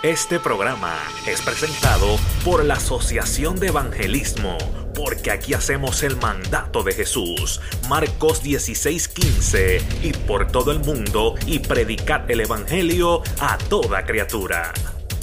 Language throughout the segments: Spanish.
Este programa es presentado por la Asociación de Evangelismo, porque aquí hacemos el mandato de Jesús, Marcos 16:15, y por todo el mundo, y predicad el Evangelio a toda criatura.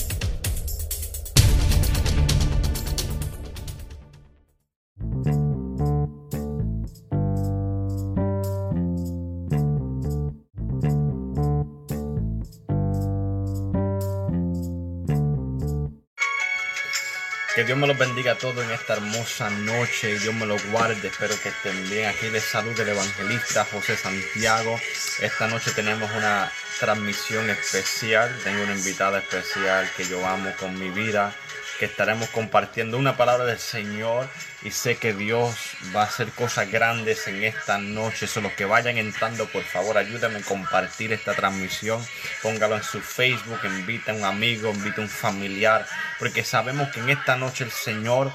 Que Dios me los bendiga a todos en esta hermosa noche y Dios me los guarde. Espero que estén bien. Aquí les saluda el evangelista José Santiago. Esta noche tenemos una transmisión especial. Tengo una invitada especial que yo amo con mi vida, que estaremos compartiendo una palabra del Señor, y sé que Dios va a hacer cosas grandes en esta noche. So, los que vayan entrando, por favor, ayúdenme a compartir esta transmisión. Póngalo en su Facebook, invita a un amigo, invita a un familiar, porque sabemos que en esta noche el Señor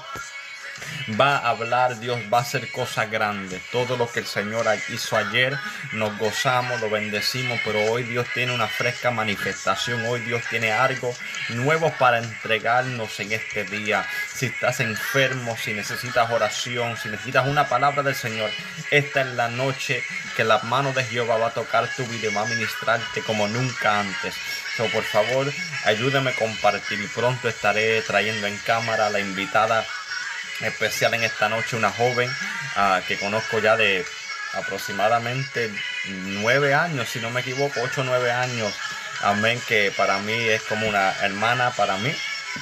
va a hablar. Dios va a hacer cosas grandes. Todo lo que el Señor hizo ayer, nos gozamos, lo bendecimos, pero hoy Dios tiene una fresca manifestación. Hoy Dios tiene algo nuevo para entregarnos en este día. Si estás enfermo, si necesitas oración, si necesitas una palabra del Señor, esta es la noche que la mano de Jehová va a tocar tu vida y va a ministrarte como nunca antes. So, por favor, ayúdame a compartir, y pronto estaré trayendo en cámara a la invitada especial en esta noche, una joven que conozco ya de aproximadamente 9 años, si no me equivoco, 8 o 9 años. Amén, que para mí es como una hermana para mí.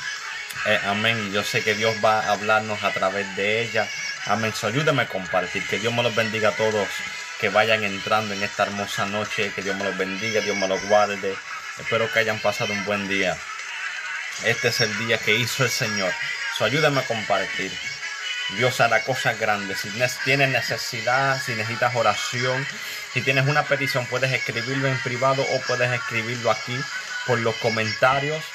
Amén, y yo sé que Dios va a hablarnos a través de ella. Amén, so, ayúdame a compartir. Que Dios me los bendiga a todos que vayan entrando en esta hermosa noche. Que Dios me los bendiga, Dios me los guarde. Espero que hayan pasado un buen día. Este es el día que hizo el Señor. So, ayúdame a compartir. Dios hará cosas grandes. Si tienes necesidad, si necesitas oración, si tienes una petición, puedes escribirlo en privado o puedes escribirlo aquí por los comentarios.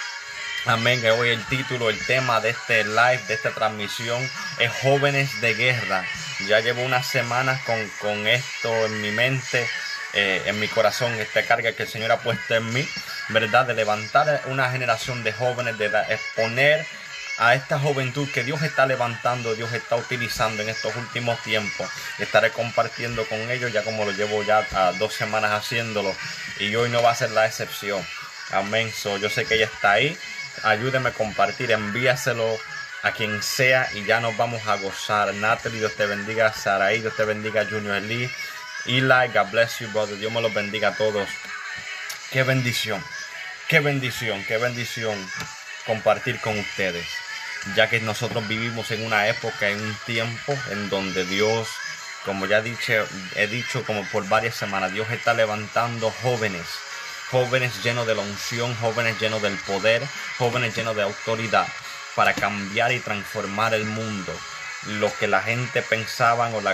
Amén. Hoy el título, el tema de este live, de esta transmisión, es Jóvenes de Guerra. Ya llevo unas semanas con esto en mi mente, en mi corazón, esta carga que el Señor ha puesto en mí, ¿verdad? De levantar una generación de jóvenes, de exponer a esta juventud que Dios está levantando, Dios está utilizando en estos últimos tiempos. Estaré compartiendo con ellos, ya como lo llevo ya 2 semanas haciéndolo, y hoy no va a ser la excepción. Amén. So, yo sé que ella está ahí. Ayúdeme a compartir, envíaselo a quien sea y ya nos vamos a gozar. Natalie, Dios te bendiga. Saraí, Dios te bendiga. Junior Lee, Eli, God bless you, brother. Dios me los bendiga a todos. Qué bendición, qué bendición, qué bendición compartir con ustedes, ya que nosotros vivimos en una época, en un tiempo en donde Dios, como ya he dicho como por varias semanas, Dios está levantando jóvenes llenos de la unción, jóvenes llenos del poder, jóvenes llenos de autoridad, para cambiar y transformar el mundo. Lo que la gente pensaban, o las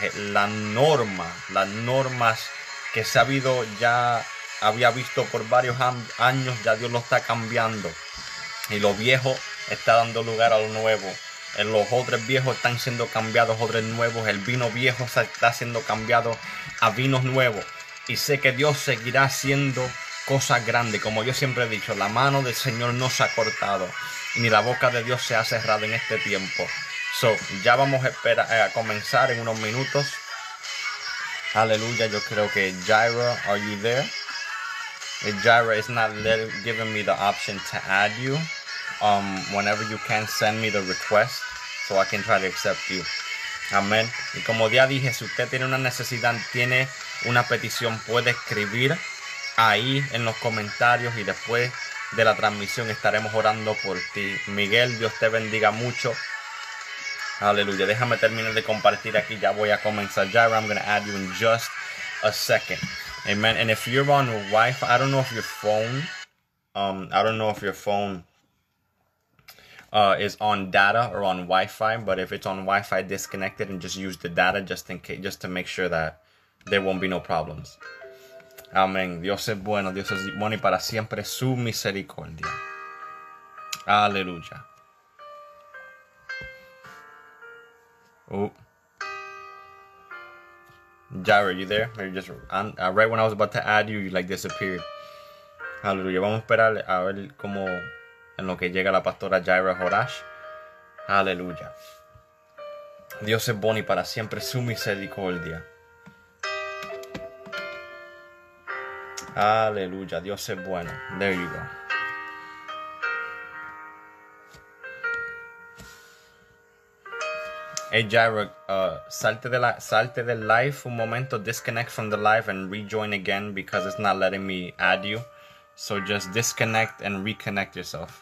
normas que se había visto por varios años, ya Dios lo está cambiando. Y lo viejo está dando lugar a lo nuevo. Los odres viejos están siendo cambiados a odres nuevos. El vino viejo se está siendo cambiado a vinos nuevos. Y sé que Dios seguirá haciendo cosas grandes. Como yo siempre he dicho, la mano del Señor no se ha cortado, ni la boca de Dios se ha cerrado en este tiempo. So, ya vamos a comenzar en unos minutos. Aleluya. Yo creo que Jaira, are you there? Jaira is not giving me the option to add you. Whenever you can, send me the request so I can try to accept you. Amén. Y como ya dije, si usted tiene una necesidad, tiene una petición, puede escribir ahí en los comentarios, y después de la transmisión estaremos orando por ti. Miguel, Dios te bendiga mucho. Aleluya. Déjame terminar de compartir aquí. Ya voy a comenzar. Jaira, I'm going to add you in just a second. Amen. And if you're on Wi-Fi, I don't know if your phone is on data or on Wi-Fi, but if it's on Wi-Fi, disconnect it and just use the data just in case, just to make sure that there won't be no problems. Amén. Dios es bueno y para siempre su misericordia. Aleluya. Oh. Jaira, you there? Or you just right when I was about to add you, you like disappeared. Aleluya. Vamos a esperar a ver cómo en lo que llega la pastora Jaira Horash. Aleluya. Dios es bueno y para siempre su misericordia. Aleluya. Dios es bueno. There you go. Hey Jaira, salte del live un momento, disconnect from the live and rejoin again because it's not letting me add you. So just disconnect and reconnect yourself.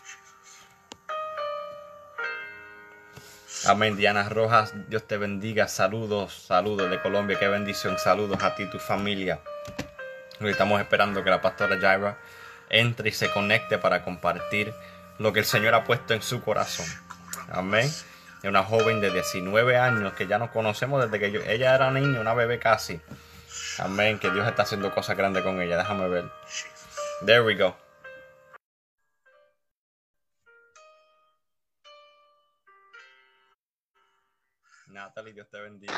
Amén. Diana Rojas, Dios te bendiga. Saludos de Colombia. Qué bendición. Saludos a ti y tu familia. Hoy estamos esperando que la pastora Jaira entre y se conecte para compartir lo que el Señor ha puesto en su corazón. Amén. Es una joven de 19 años que ya nos conocemos desde que ella era niña, una bebé casi. Amén. Que Dios está haciendo cosas grandes con ella. Déjame ver. There we go. Natalie, Dios te bendiga.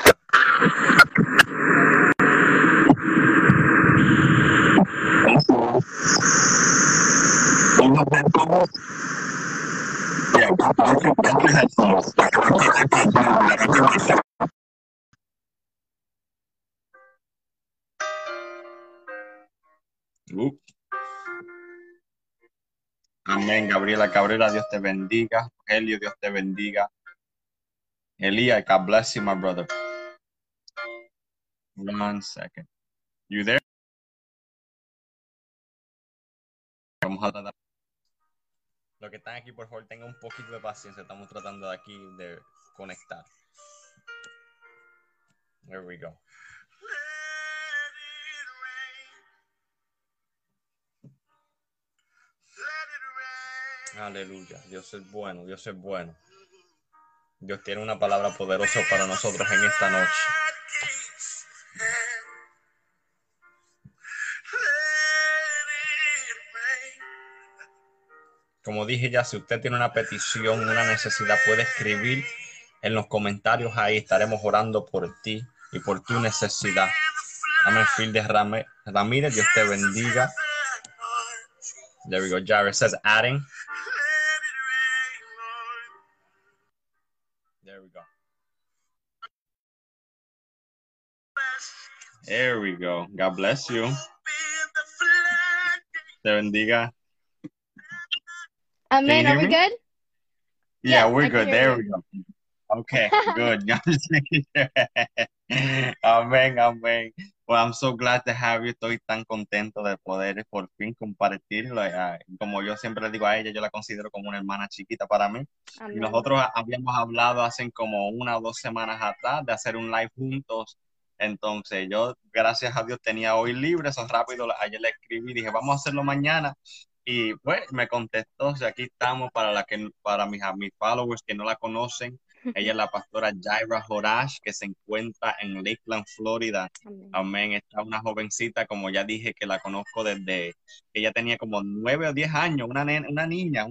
Amén. Gabriela Cabrera, Dios te bendiga. Helio, Dios te bendiga. Elia, God bless you, my brother. 1 second. You there? Vamos a tratar. Los que están aquí, por favor, tengan un poquito de paciencia. Estamos tratando de aquí de conectar. There we go. Aleluya. Dios es bueno, Dios es bueno. Dios tiene una palabra poderosa para nosotros en esta noche. Como dije ya, si usted tiene una petición, una necesidad, puede escribir en los comentarios ahí. Estaremos orando por ti y por tu necesidad. Amén. Phil de Ramírez, Dios te bendiga. There we go. Jared says adding. There we go. There we go. God bless you. Te bendiga. Amen. Are we good? Yeah, we're good. There we go. Okay, good. Amén, amén. Well, I'm so glad to have you. Estoy tan contento de poder por fin compartirlo. Como yo siempre le digo a ella, yo la considero como una hermana chiquita para mí. Amén. Y nosotros habíamos hablado hace como 1 o 2 semanas atrás de hacer un live juntos. Entonces yo, gracias a Dios, tenía hoy libre. Eso rápido, ayer le escribí, dije, vamos a hacerlo mañana. Y pues me contestó, o sea, aquí estamos para mis followers que no la conocen. Ella es la pastora Jaira Horash, que se encuentra en Lakeland, Florida. Amén. Está una jovencita, como ya dije, que la conozco desde que ella tenía como 9 o 10 años, una niña,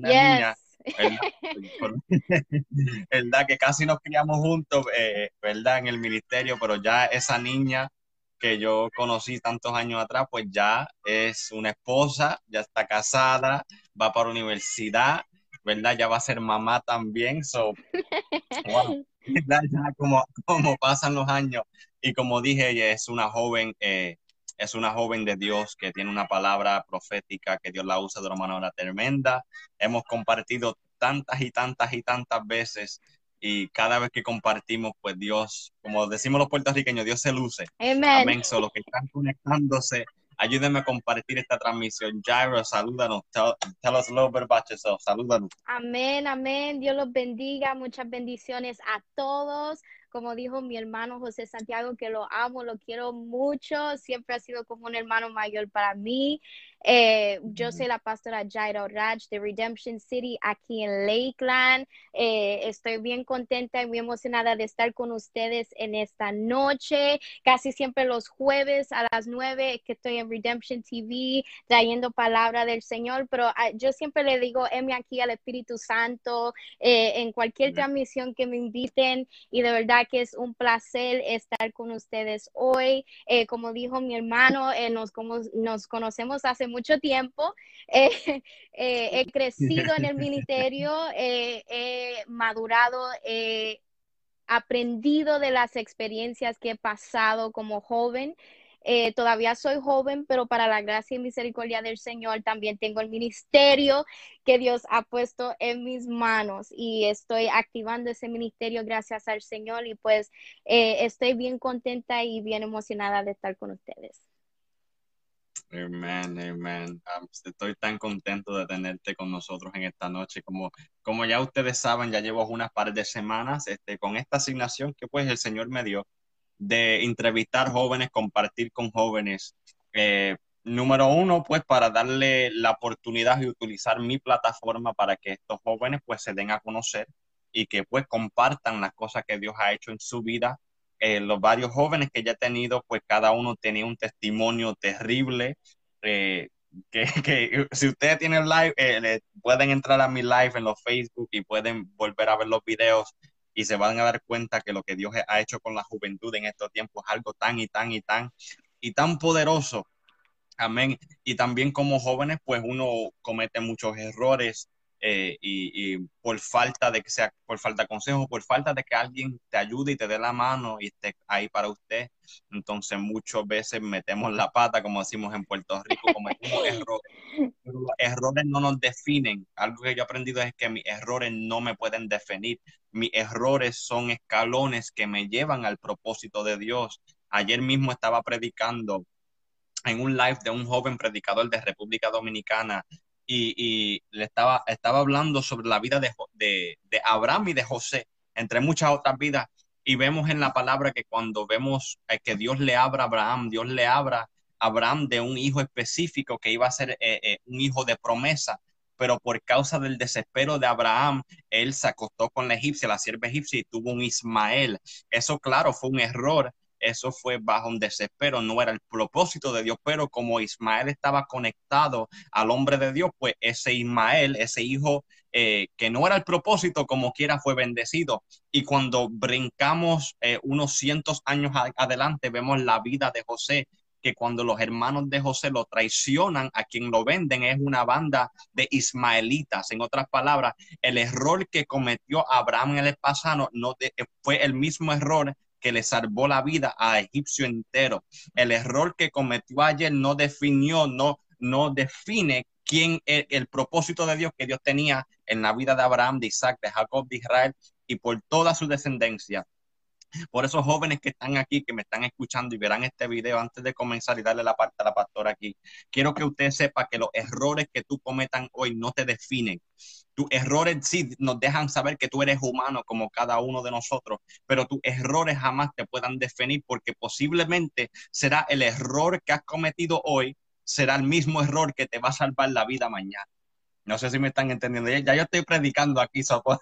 ¿verdad? Que casi nos criamos juntos, ¿verdad? En el ministerio, pero ya esa niña que yo conocí tantos años atrás, pues ya es una esposa, ya está casada, va para la universidad, ¿verdad? Ya va a ser mamá también, wow, ¿verdad? Ya como pasan los años, y como dije, ella es una joven de Dios que tiene una palabra profética que Dios la usa de una manera tremenda. Hemos compartido tantas y tantas y tantas veces, y cada vez que compartimos, pues Dios, como decimos los puertorriqueños, Dios se luce. Amen. Amén. Los que están conectándose, ayúdenme a compartir esta transmisión. Jaira, salúdanos. Tell us a little bit about yourself. Salúdanos. Amén, amén. Dios los bendiga. Muchas bendiciones a todos. Como dijo mi hermano José Santiago, que lo amo, lo quiero mucho. Siempre ha sido como un hermano mayor para mí. Yo soy la pastora Jaira Horash de Redemption City aquí en Lakeland. Estoy bien contenta y muy emocionada de estar con ustedes en esta noche. Casi siempre los jueves a las 9 que estoy en Redemption TV trayendo palabra del Señor, pero yo siempre le digo, heme aquí al Espíritu Santo en cualquier transmisión que me inviten, y de verdad verdad que es un placer estar con ustedes hoy. Como dijo mi hermano, nos conocemos hace mucho tiempo. He crecido en el ministerio, he madurado, he aprendido de las experiencias que he pasado como joven. Todavía soy joven, pero para la gracia y misericordia del Señor también tengo el ministerio que Dios ha puesto en mis manos y estoy activando ese ministerio gracias al Señor y pues estoy bien contenta y bien emocionada de estar con ustedes. Amen, amen. Estoy tan contento de tenerte con nosotros en esta noche. Como ya ustedes saben, ya llevo unas par de semanas con esta asignación que pues el Señor me dio de entrevistar jóvenes, compartir con jóvenes. Número uno, pues para darle la oportunidad de utilizar mi plataforma para que estos jóvenes pues se den a conocer y que pues compartan las cosas que Dios ha hecho en su vida. Los varios jóvenes que ya he tenido, pues cada uno tenía un testimonio terrible. eh, que si ustedes tienen live, pueden entrar a mi live en los Facebook y pueden volver a ver los videos y se van a dar cuenta que lo que Dios ha hecho con la juventud en estos tiempos es algo tan y tan poderoso. Amén. Y también como jóvenes, pues uno comete muchos errores y por falta de que sea, por falta de consejo, por falta de que alguien te ayude y te dé la mano y esté ahí para usted. Entonces muchas veces metemos la pata, como decimos en Puerto Rico, cometemos errores. Pero los errores no nos definen. Algo que yo he aprendido es que mis errores no me pueden definir. Mis errores son escalones que me llevan al propósito de Dios. Ayer mismo estaba predicando en un live de un joven predicador de República Dominicana y le estaba hablando sobre la vida de Abraham y de José, entre muchas otras vidas. Y vemos en la palabra que cuando vemos que Dios le abra a Abraham, Dios le abra a Abraham de un hijo específico que iba a ser un hijo de promesa, pero por causa del desespero de Abraham, él se acostó con la egipcia, la sierva egipcia, y tuvo un Ismael. Eso, claro, fue un error. Eso fue bajo un desespero, no era el propósito de Dios, pero como Ismael estaba conectado al hombre de Dios, pues ese Ismael, ese hijo que no era el propósito, como quiera fue bendecido. Y cuando brincamos unos cientos años adelante, vemos la vida de José, que cuando los hermanos de José lo traicionan, a quien lo venden es una banda de ismaelitas. En otras palabras, el error que cometió Abraham en el pasado fue el mismo error que le salvó la vida a egipcio entero. El error que cometió ayer no definió, no define quién es el propósito de Dios que Dios tenía en la vida de Abraham, de Isaac, de Jacob, de Israel y por toda su descendencia. Por esos jóvenes que están aquí, que me están escuchando y verán este video antes de comenzar y darle la parte a la pastora aquí, quiero que usted sepa que los errores que tú cometan hoy no te definen. Tus errores sí nos dejan saber que tú eres humano como cada uno de nosotros, pero tus errores jamás te puedan definir porque posiblemente será el error que has cometido hoy, será el mismo error que te va a salvar la vida mañana. No sé si me están entendiendo. Ya yo estoy predicando aquí.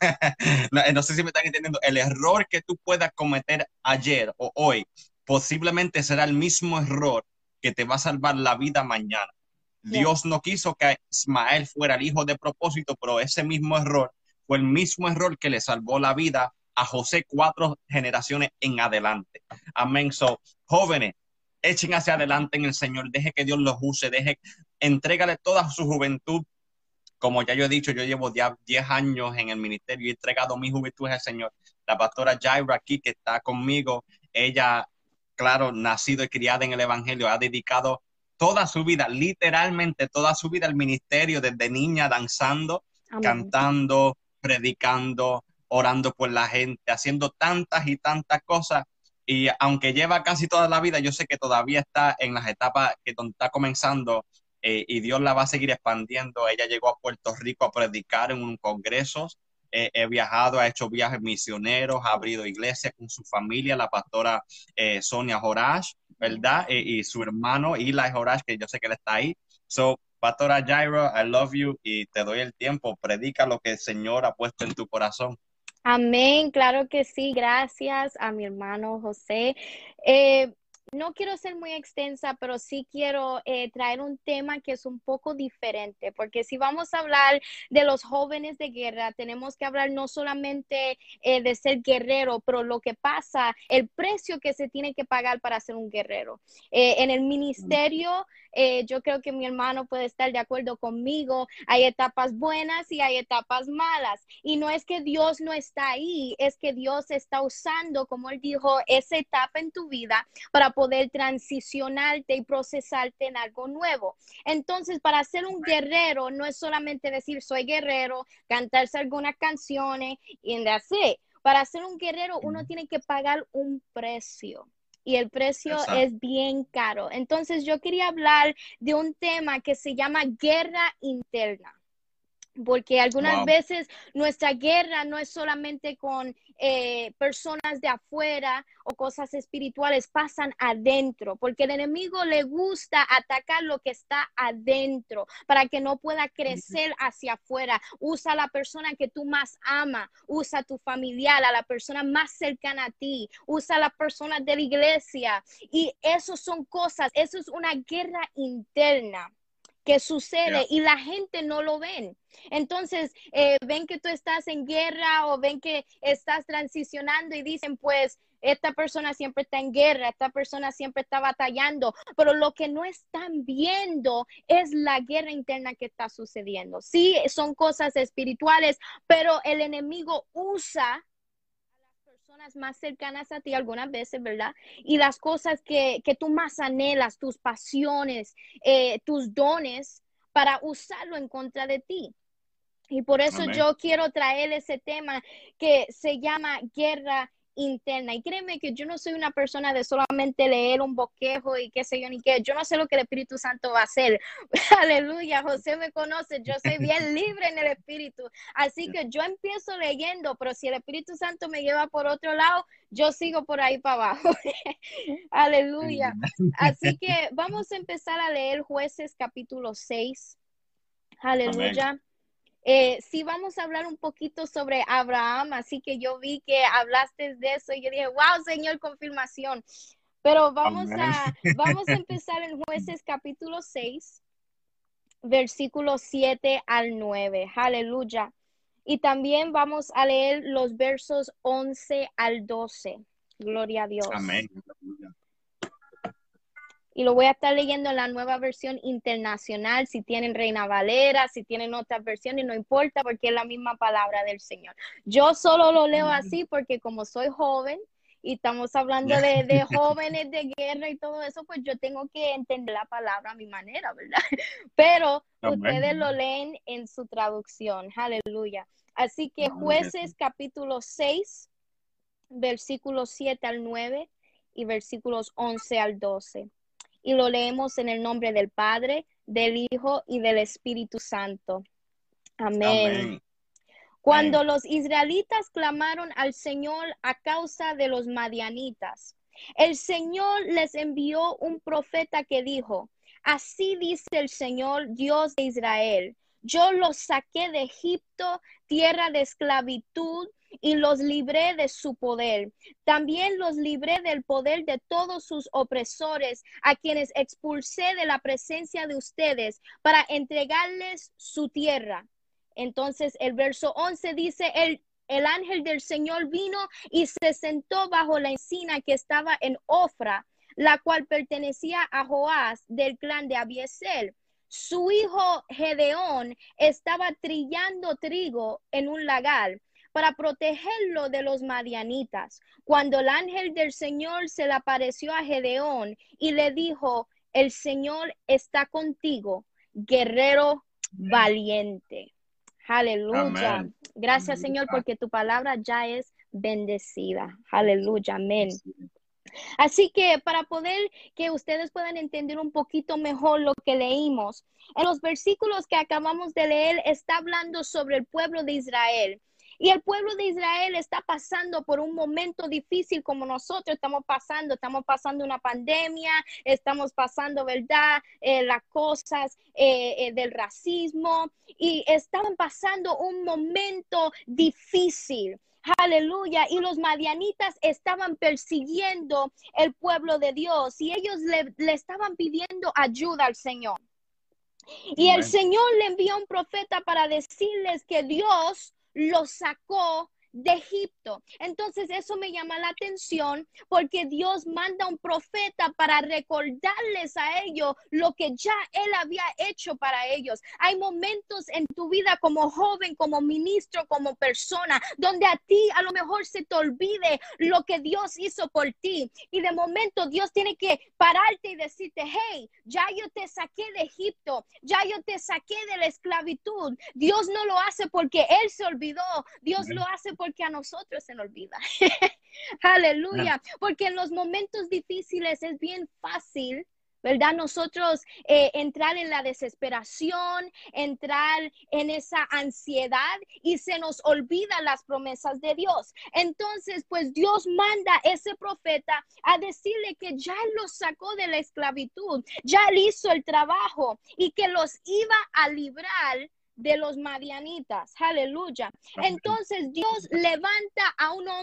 No sé si me están entendiendo. El error que tú puedas cometer ayer o hoy posiblemente será el mismo error que te va a salvar la vida mañana. Dios no quiso que Ismael fuera el hijo de propósito, pero ese mismo error fue el mismo error que le salvó la vida a José 4 generaciones en adelante. Amén. So, jóvenes, echen hacia adelante en el Señor. Deje que Dios los use. Entrégale toda su juventud. Como ya yo he dicho, yo llevo 10 años en el ministerio y he entregado mi juventud al Señor. La pastora Jaira aquí, que está conmigo, ella, claro, nacido y criada en el Evangelio, ha dedicado toda su vida, literalmente toda su vida al ministerio, desde niña danzando, Amén. Cantando, predicando, orando por la gente, haciendo tantas y tantas cosas. Y aunque lleva casi toda la vida, yo sé que todavía está en las etapas que está comenzando y Dios la va a seguir expandiendo. Ella llegó a Puerto Rico a predicar en un congreso. He viajado, ha hecho viajes misioneros, ha abrido iglesias con su familia, la pastora Sonia Jorash, ¿verdad? Y su hermano Eli Jorash, que yo sé que él está ahí. So, pastora Jairo, I love you y te doy el tiempo. Predica lo que el Señor ha puesto en tu corazón. Amén, claro que sí, gracias a mi hermano José. no quiero ser muy extensa, pero sí quiero traer un tema que es un poco diferente, porque si vamos a hablar de los jóvenes de guerra, tenemos que hablar no solamente de ser guerrero, pero lo que pasa, el precio que se tiene que pagar para ser un guerrero. En el ministerio, yo creo que mi hermano puede estar de acuerdo conmigo, hay etapas buenas y hay etapas malas, y no es que Dios no está ahí, es que Dios está usando, como él dijo, esa etapa en tu vida para poder transicionarte y procesarte en algo nuevo. Entonces, para ser un guerrero, no es solamente decir soy guerrero, cantarse algunas canciones y that's it. Para ser un guerrero, uno tiene que pagar un precio. Y el precio Exacto. es bien caro. Entonces, yo quería hablar de un tema que se llama guerra interna. Porque algunas Wow. veces nuestra guerra no es solamente con personas de afuera o cosas espirituales, pasan adentro, porque el enemigo le gusta atacar lo que está adentro para que no pueda crecer hacia afuera. Usa a la persona que tú más amas, usa a tu familiar, a la persona más cercana a ti, usa a las personas de la iglesia, y eso son cosas, eso es una guerra interna que sucede Yeah. y la gente no lo ven. Entonces, ven que tú estás en guerra o ven que estás transicionando y dicen, pues, esta persona siempre está en guerra, esta persona siempre está batallando, pero lo que no están viendo es la guerra interna que está sucediendo. Sí, son cosas espirituales, pero el enemigo usa personas más cercanas a ti algunas veces, ¿verdad? Y las cosas que tú más anhelas, tus pasiones, tus dones, para usarlo en contra de ti. Y por eso Amén. yo quiero traer ese tema que se llama guerra interna. Y créeme que yo no soy una persona de solamente leer un bosquejo y qué sé yo ni qué. Yo no sé lo que el Espíritu Santo va a hacer. Aleluya, José me conoce. Yo soy bien libre en el Espíritu. Así que yo empiezo leyendo, pero si el Espíritu Santo me lleva por otro lado, yo sigo por ahí para abajo. Aleluya. Así que vamos a empezar a leer Jueces capítulo 6. Amén. Aleluya. Sí, vamos a hablar un poquito sobre Abraham, así que yo vi que hablaste de eso y yo dije, wow, Señor, confirmación. Pero Amén. vamos a empezar en Jueces capítulo 6, versículos 7 al 9. Aleluya. Y también vamos a leer los versos 11 al 12. Gloria a Dios. Amén. Y lo voy a estar leyendo en la nueva versión internacional. Si tienen Reina Valera, si tienen otras versiones, no importa, porque es la misma palabra del Señor. Yo solo lo leo así porque como soy joven y estamos hablando de jóvenes de guerra y todo eso, pues yo tengo que entender la palabra a mi manera, ¿verdad? Pero ustedes lo Amén. leen en su traducción. Aleluya. Así que Amén. Jueces capítulo 6, versículos 7 al 9 y versículos 11 al 12. Y lo leemos en el nombre del Padre, del Hijo y del Espíritu Santo. Amén. Amén. Cuando los israelitas clamaron al Señor a causa de los madianitas, el Señor les envió un profeta que dijo, así dice el Señor, Dios de Israel, yo los saqué de Egipto, tierra de esclavitud, y los libré de su poder. También los libré del poder de todos sus opresores, a quienes expulsé de la presencia de ustedes para entregarles su tierra. Entonces el verso 11 dice, el ángel del Señor vino y se sentó bajo la encina que estaba en Ofra, la cual pertenecía a Joás del clan de Abiezer. Su hijo Gedeón estaba trillando trigo en un lagar para protegerlo de los madianitas. Cuando el ángel del Señor se le apareció a Gedeón y le dijo, el Señor está contigo, guerrero valiente. Aleluya. Amén. Gracias, Señor, porque tu palabra ya es bendecida. Aleluya. Amén. Así que para poder que ustedes puedan entender un poquito mejor lo que leímos, en los versículos que acabamos de leer está hablando sobre el pueblo de Israel. Y el pueblo de Israel está pasando por un momento difícil como nosotros estamos pasando una pandemia, estamos pasando, ¿verdad? Las cosas del racismo y estaban pasando un momento difícil. Aleluya. Y los madianitas estaban persiguiendo el pueblo de Dios y ellos le estaban pidiendo ayuda al Señor. Y el Señor le envió un profeta para decirles que Dios los sacó de Egipto. Entonces eso me llama la atención porque Dios manda un profeta para recordarles a ellos lo que ya Él había hecho para ellos. Hay momentos en tu vida como joven, como ministro, como persona, donde a ti a lo mejor se te olvide lo que Dios hizo por ti. Y de momento Dios tiene que pararte y decirte, hey, ya yo te saqué de Egipto, ya yo te saqué de la esclavitud. Dios no lo hace porque Él se olvidó, Dios lo hace porque a nosotros se nos olvida. Aleluya. Porque en los momentos difíciles es bien fácil, ¿verdad? Nosotros entrar en la desesperación, entrar en esa ansiedad y se nos olvidan las promesas de Dios. Entonces, pues Dios manda a ese profeta a decirle que ya los sacó de la esclavitud, ya él hizo el trabajo y que los iba a librar de los madianitas. Aleluya. Entonces Dios levanta a un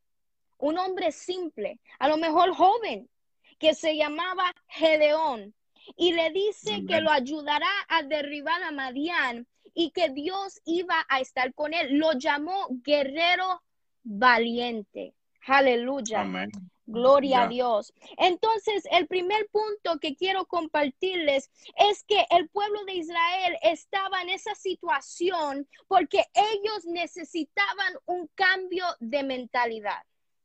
hombre simple, a lo mejor joven, que se llamaba Gedeón, y le dice que lo ayudará a derribar a Madián y que Dios iba a estar con él. Lo llamó guerrero valiente. Aleluya. Amén. Gloria a Dios. Entonces, el primer punto que quiero compartirles es que el pueblo de Israel estaba en esa situación porque ellos necesitaban un cambio de mentalidad.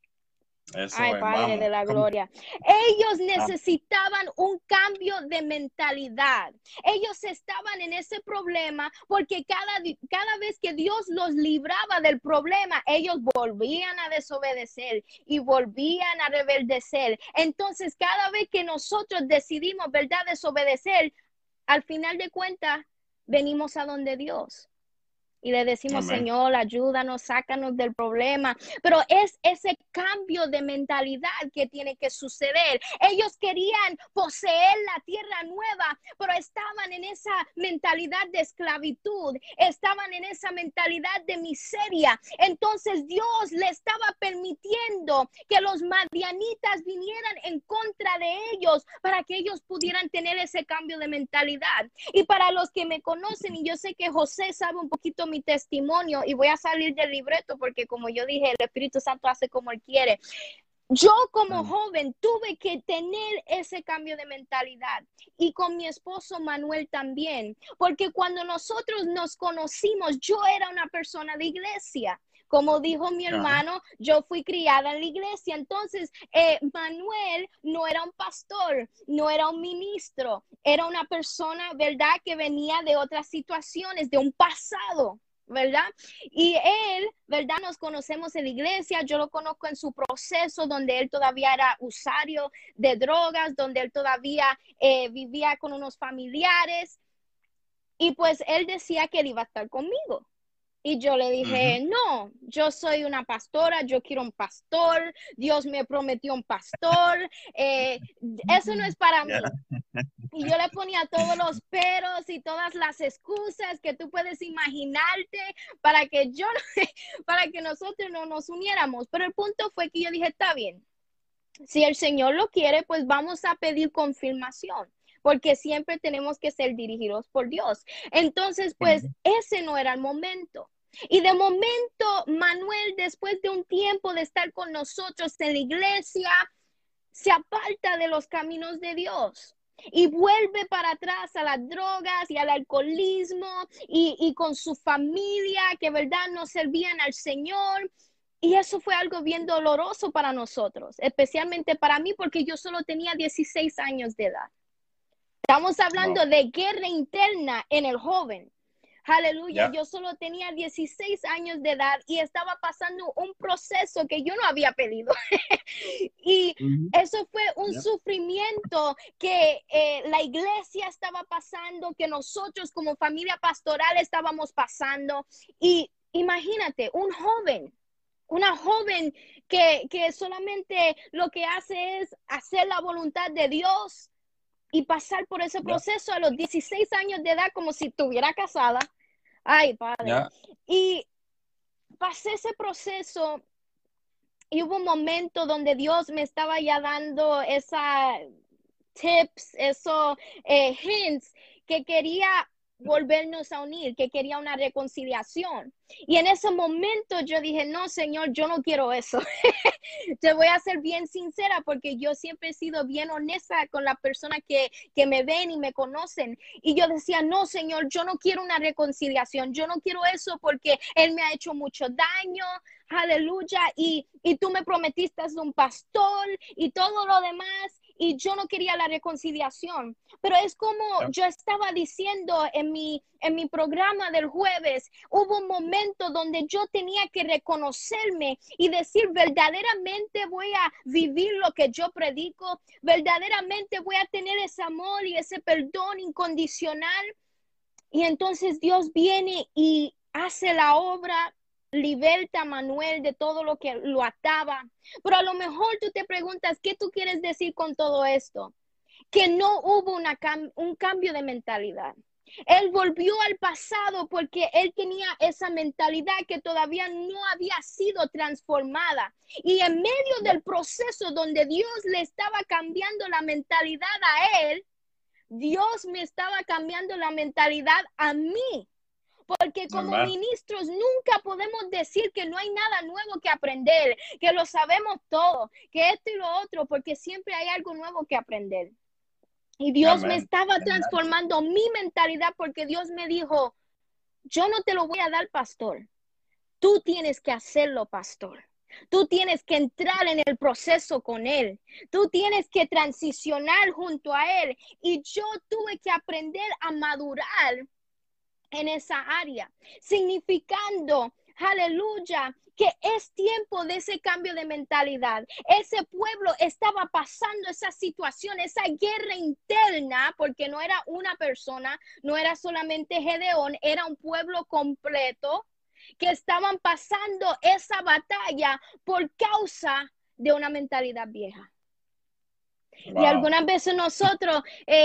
Eso Ay, es, Padre vamos. de la gloria. Ellos necesitaban un cambio de mentalidad. Ellos estaban en ese problema porque cada vez que Dios los libraba del problema, ellos volvían a desobedecer y volvían a rebeldecer. Entonces, cada vez que nosotros decidimos, ¿verdad?, desobedecer, al final de cuentas, venimos a donde Dios. Y le decimos, Amén. Señor, ayúdanos, sácanos del problema. Pero es ese cambio de mentalidad que tiene que suceder. Ellos querían poseer la tierra nueva, pero estaban en esa mentalidad de esclavitud. Estaban en esa mentalidad de miseria. Entonces Dios le estaba permitiendo que los madianitas vinieran en contra de ellos para que ellos pudieran tener ese cambio de mentalidad. Y para los que me conocen, y yo sé que José sabe un poquito mi testimonio, y voy a salir del libreto porque, como yo dije, el Espíritu Santo hace como Él quiere. Yo como joven tuve que tener ese cambio de mentalidad, y con mi esposo Manuel también, porque cuando nosotros nos conocimos, yo era una persona de iglesia. Como dijo mi hermano, yo fui criada en la iglesia. Entonces, Manuel no era un pastor, no era un ministro, era una persona, ¿verdad?, que venía de otras situaciones, de un pasado, ¿verdad? Y él, ¿verdad?, nos conocemos en la iglesia. Yo lo conozco en su proceso donde él todavía era usuario de drogas, donde él todavía vivía con unos familiares, y pues él decía que él iba a estar conmigo. Y yo le dije, no, yo soy una pastora, yo quiero un pastor, Dios me prometió un pastor, eso no es para mí. Y yo le ponía todos los peros y todas las excusas que tú puedes imaginarte para que para que nosotros no nos uniéramos. Pero el punto fue que yo dije, está bien, si el Señor lo quiere, pues vamos a pedir confirmación, porque siempre tenemos que ser dirigidos por Dios. Entonces, pues ese no era el momento. Y de momento, Manuel, después de un tiempo de estar con nosotros en la iglesia, se aparta de los caminos de Dios y vuelve para atrás a las drogas y al alcoholismo y con su familia que, verdad, no servían al Señor. Y eso fue algo bien doloroso para nosotros, especialmente para mí, porque yo solo tenía 16 años de edad. Estamos hablando de guerra interna en el joven. Aleluya, yo solo tenía 16 años de edad y estaba pasando un proceso que yo no había pedido. Y eso fue un sufrimiento que la iglesia estaba pasando, que nosotros como familia pastoral estábamos pasando. Y imagínate, una joven que solamente lo que hace es hacer la voluntad de Dios y pasar por ese proceso a los 16 años de edad como si estuviera casada. Ay, Padre. Y pasé ese proceso y hubo un momento donde Dios me estaba ya dando esa tips, esos hints que quería volvernos a unir, que quería una reconciliación. Y en ese momento yo dije, no, Señor, yo no quiero eso. Te voy a ser bien sincera porque yo siempre he sido bien honesta con las personas que me ven y me conocen. Y yo decía, no, Señor, yo no quiero una reconciliación. Yo no quiero eso porque Él me ha hecho mucho daño. Aleluya. Y tú me prometiste un pastor y todo lo demás. Y yo no quería la reconciliación. Pero es como yo estaba diciendo en mi programa del jueves, hubo un momento donde yo tenía que reconocerme y decir, verdaderamente voy a vivir lo que yo predico, verdaderamente voy a tener ese amor y ese perdón incondicional. Y entonces Dios viene y hace la obra, liberta a Manuel de todo lo que lo ataba. Pero a lo mejor tú te preguntas, ¿qué tú quieres decir con todo esto? Que no hubo un cambio de mentalidad. Él volvió al pasado porque él tenía esa mentalidad que todavía no había sido transformada. Y en medio del proceso donde Dios le estaba cambiando la mentalidad a él, Dios me estaba cambiando la mentalidad a mí. Porque como ministros nunca podemos decir que no hay nada nuevo que aprender, que lo sabemos todo, que esto y lo otro, porque siempre hay algo nuevo que aprender. Y Dios me estaba transformando mi mentalidad porque Dios me dijo, yo no te lo voy a dar, pastor. Tú tienes que hacerlo, pastor. Tú tienes que entrar en el proceso con Él. Tú tienes que transicionar junto a Él. Y yo tuve que aprender a madurar en esa área, significando, aleluya, que es tiempo de ese cambio de mentalidad. Ese pueblo estaba pasando esa situación, esa guerra interna, porque no era una persona, no era solamente Gedeón, era un pueblo completo que estaban pasando esa batalla por causa de una mentalidad vieja. Wow. Y algunas veces nosotros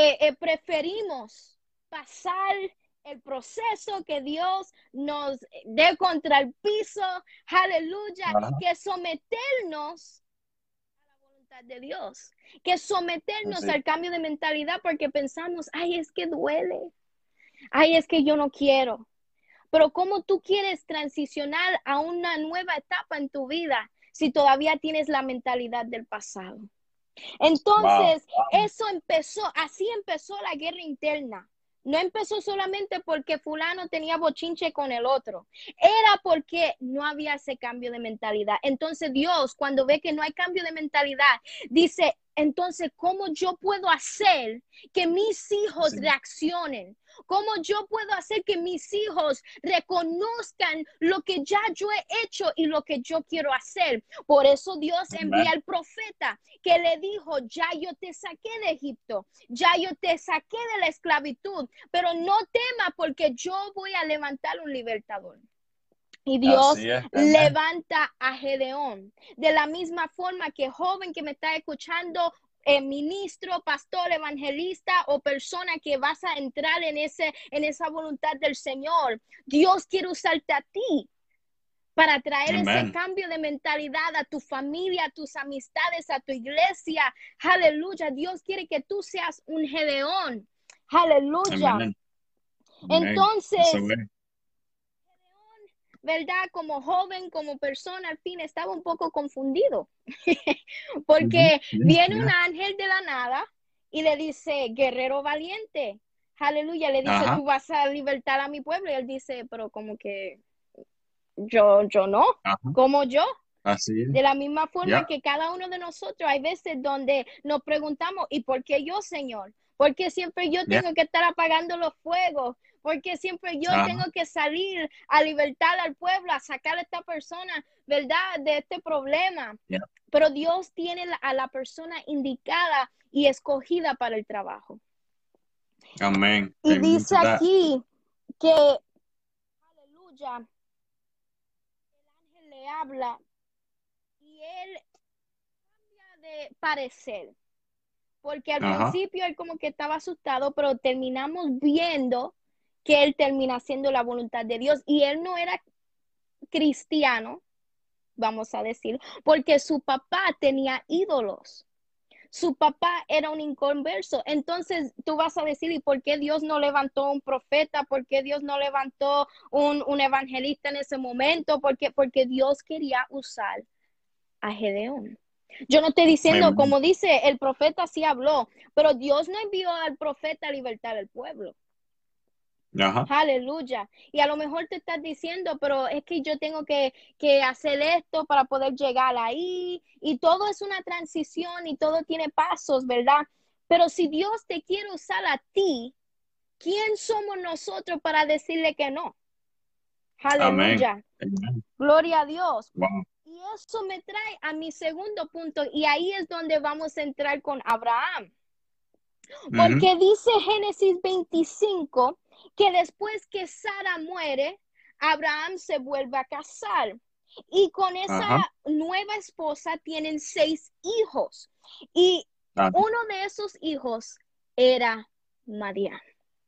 preferimos pasar el proceso que Dios nos dé contra el piso, aleluya, que someternos a la voluntad de Dios, que someternos al cambio de mentalidad porque pensamos, ay, es que duele, ay, es que yo no quiero. Pero ¿cómo tú quieres transicionar a una nueva etapa en tu vida si todavía tienes la mentalidad del pasado? Entonces, eso empezó, así empezó la guerra interna. No empezó solamente porque fulano tenía bochinche con el otro. Era porque no había ese cambio de mentalidad. Entonces Dios, cuando ve que no hay cambio de mentalidad, dice, entonces, ¿cómo yo puedo hacer que mis hijos reaccionen? ¿Cómo yo puedo hacer que mis hijos reconozcan lo que ya yo he hecho y lo que yo quiero hacer? Por eso Dios envía al profeta que le dijo, ya yo te saqué de Egipto, ya yo te saqué de la esclavitud, pero no temas porque yo voy a levantar un libertador. Y Dios levanta a Gedeón. De la misma forma que joven que me está escuchando, ministro, pastor, evangelista o persona que vas a entrar en esa voluntad del Señor, Dios quiere usarte a ti para traer ese cambio de mentalidad a tu familia, a tus amistades, a tu iglesia. Aleluya. Dios quiere que tú seas un Gedeón. Aleluya. Amen. Entonces, ¿verdad? Como joven, como persona, al fin estaba un poco confundido. Porque viene un ángel de la nada y le dice, guerrero valiente. Aleluya. Le dice, tú vas a libertar a mi pueblo. Y él dice, pero como que yo no. ¿Cómo yo? Así es. De la misma forma que cada uno de nosotros, hay veces donde nos preguntamos, ¿y por qué yo, Señor? ¿Por qué siempre yo tengo que estar apagando los fuegos? ¿Por qué siempre yo tengo que salir a libertar al pueblo, a sacar a esta persona, ¿verdad?, de este problema? Pero Dios tiene a la persona indicada y escogida para el trabajo. Amén. Y dice aquí que, aleluya, el ángel le habla y él cambia de parecer. Porque al principio él como que estaba asustado, pero terminamos viendo que él termina haciendo la voluntad de Dios. Y él no era cristiano, vamos a decir, porque su papá tenía ídolos. Su papá era un inconverso. Entonces tú vas a decir, ¿y por qué Dios no levantó un profeta? ¿Por qué Dios no levantó un evangelista en ese momento? Porque Dios quería usar a Gedeón. Yo no estoy diciendo, como dice el profeta, sí habló, pero Dios no envió al profeta a libertar al pueblo. Ajá. Aleluya. Y a lo mejor te estás diciendo, pero es que yo tengo que hacer esto para poder llegar ahí. Y todo es una transición y todo tiene pasos, ¿verdad? Pero si Dios te quiere usar a ti, ¿quién somos nosotros para decirle que no? Aleluya. Amén. Gloria a Dios. Wow. Y eso me trae a mi segundo punto. Y ahí es donde vamos a entrar con Abraham. Porque dice Génesis 25 que después que Sara muere, Abraham se vuelve a casar. Y con esa nueva esposa tienen 6 hijos. Y uno de esos hijos era Madián.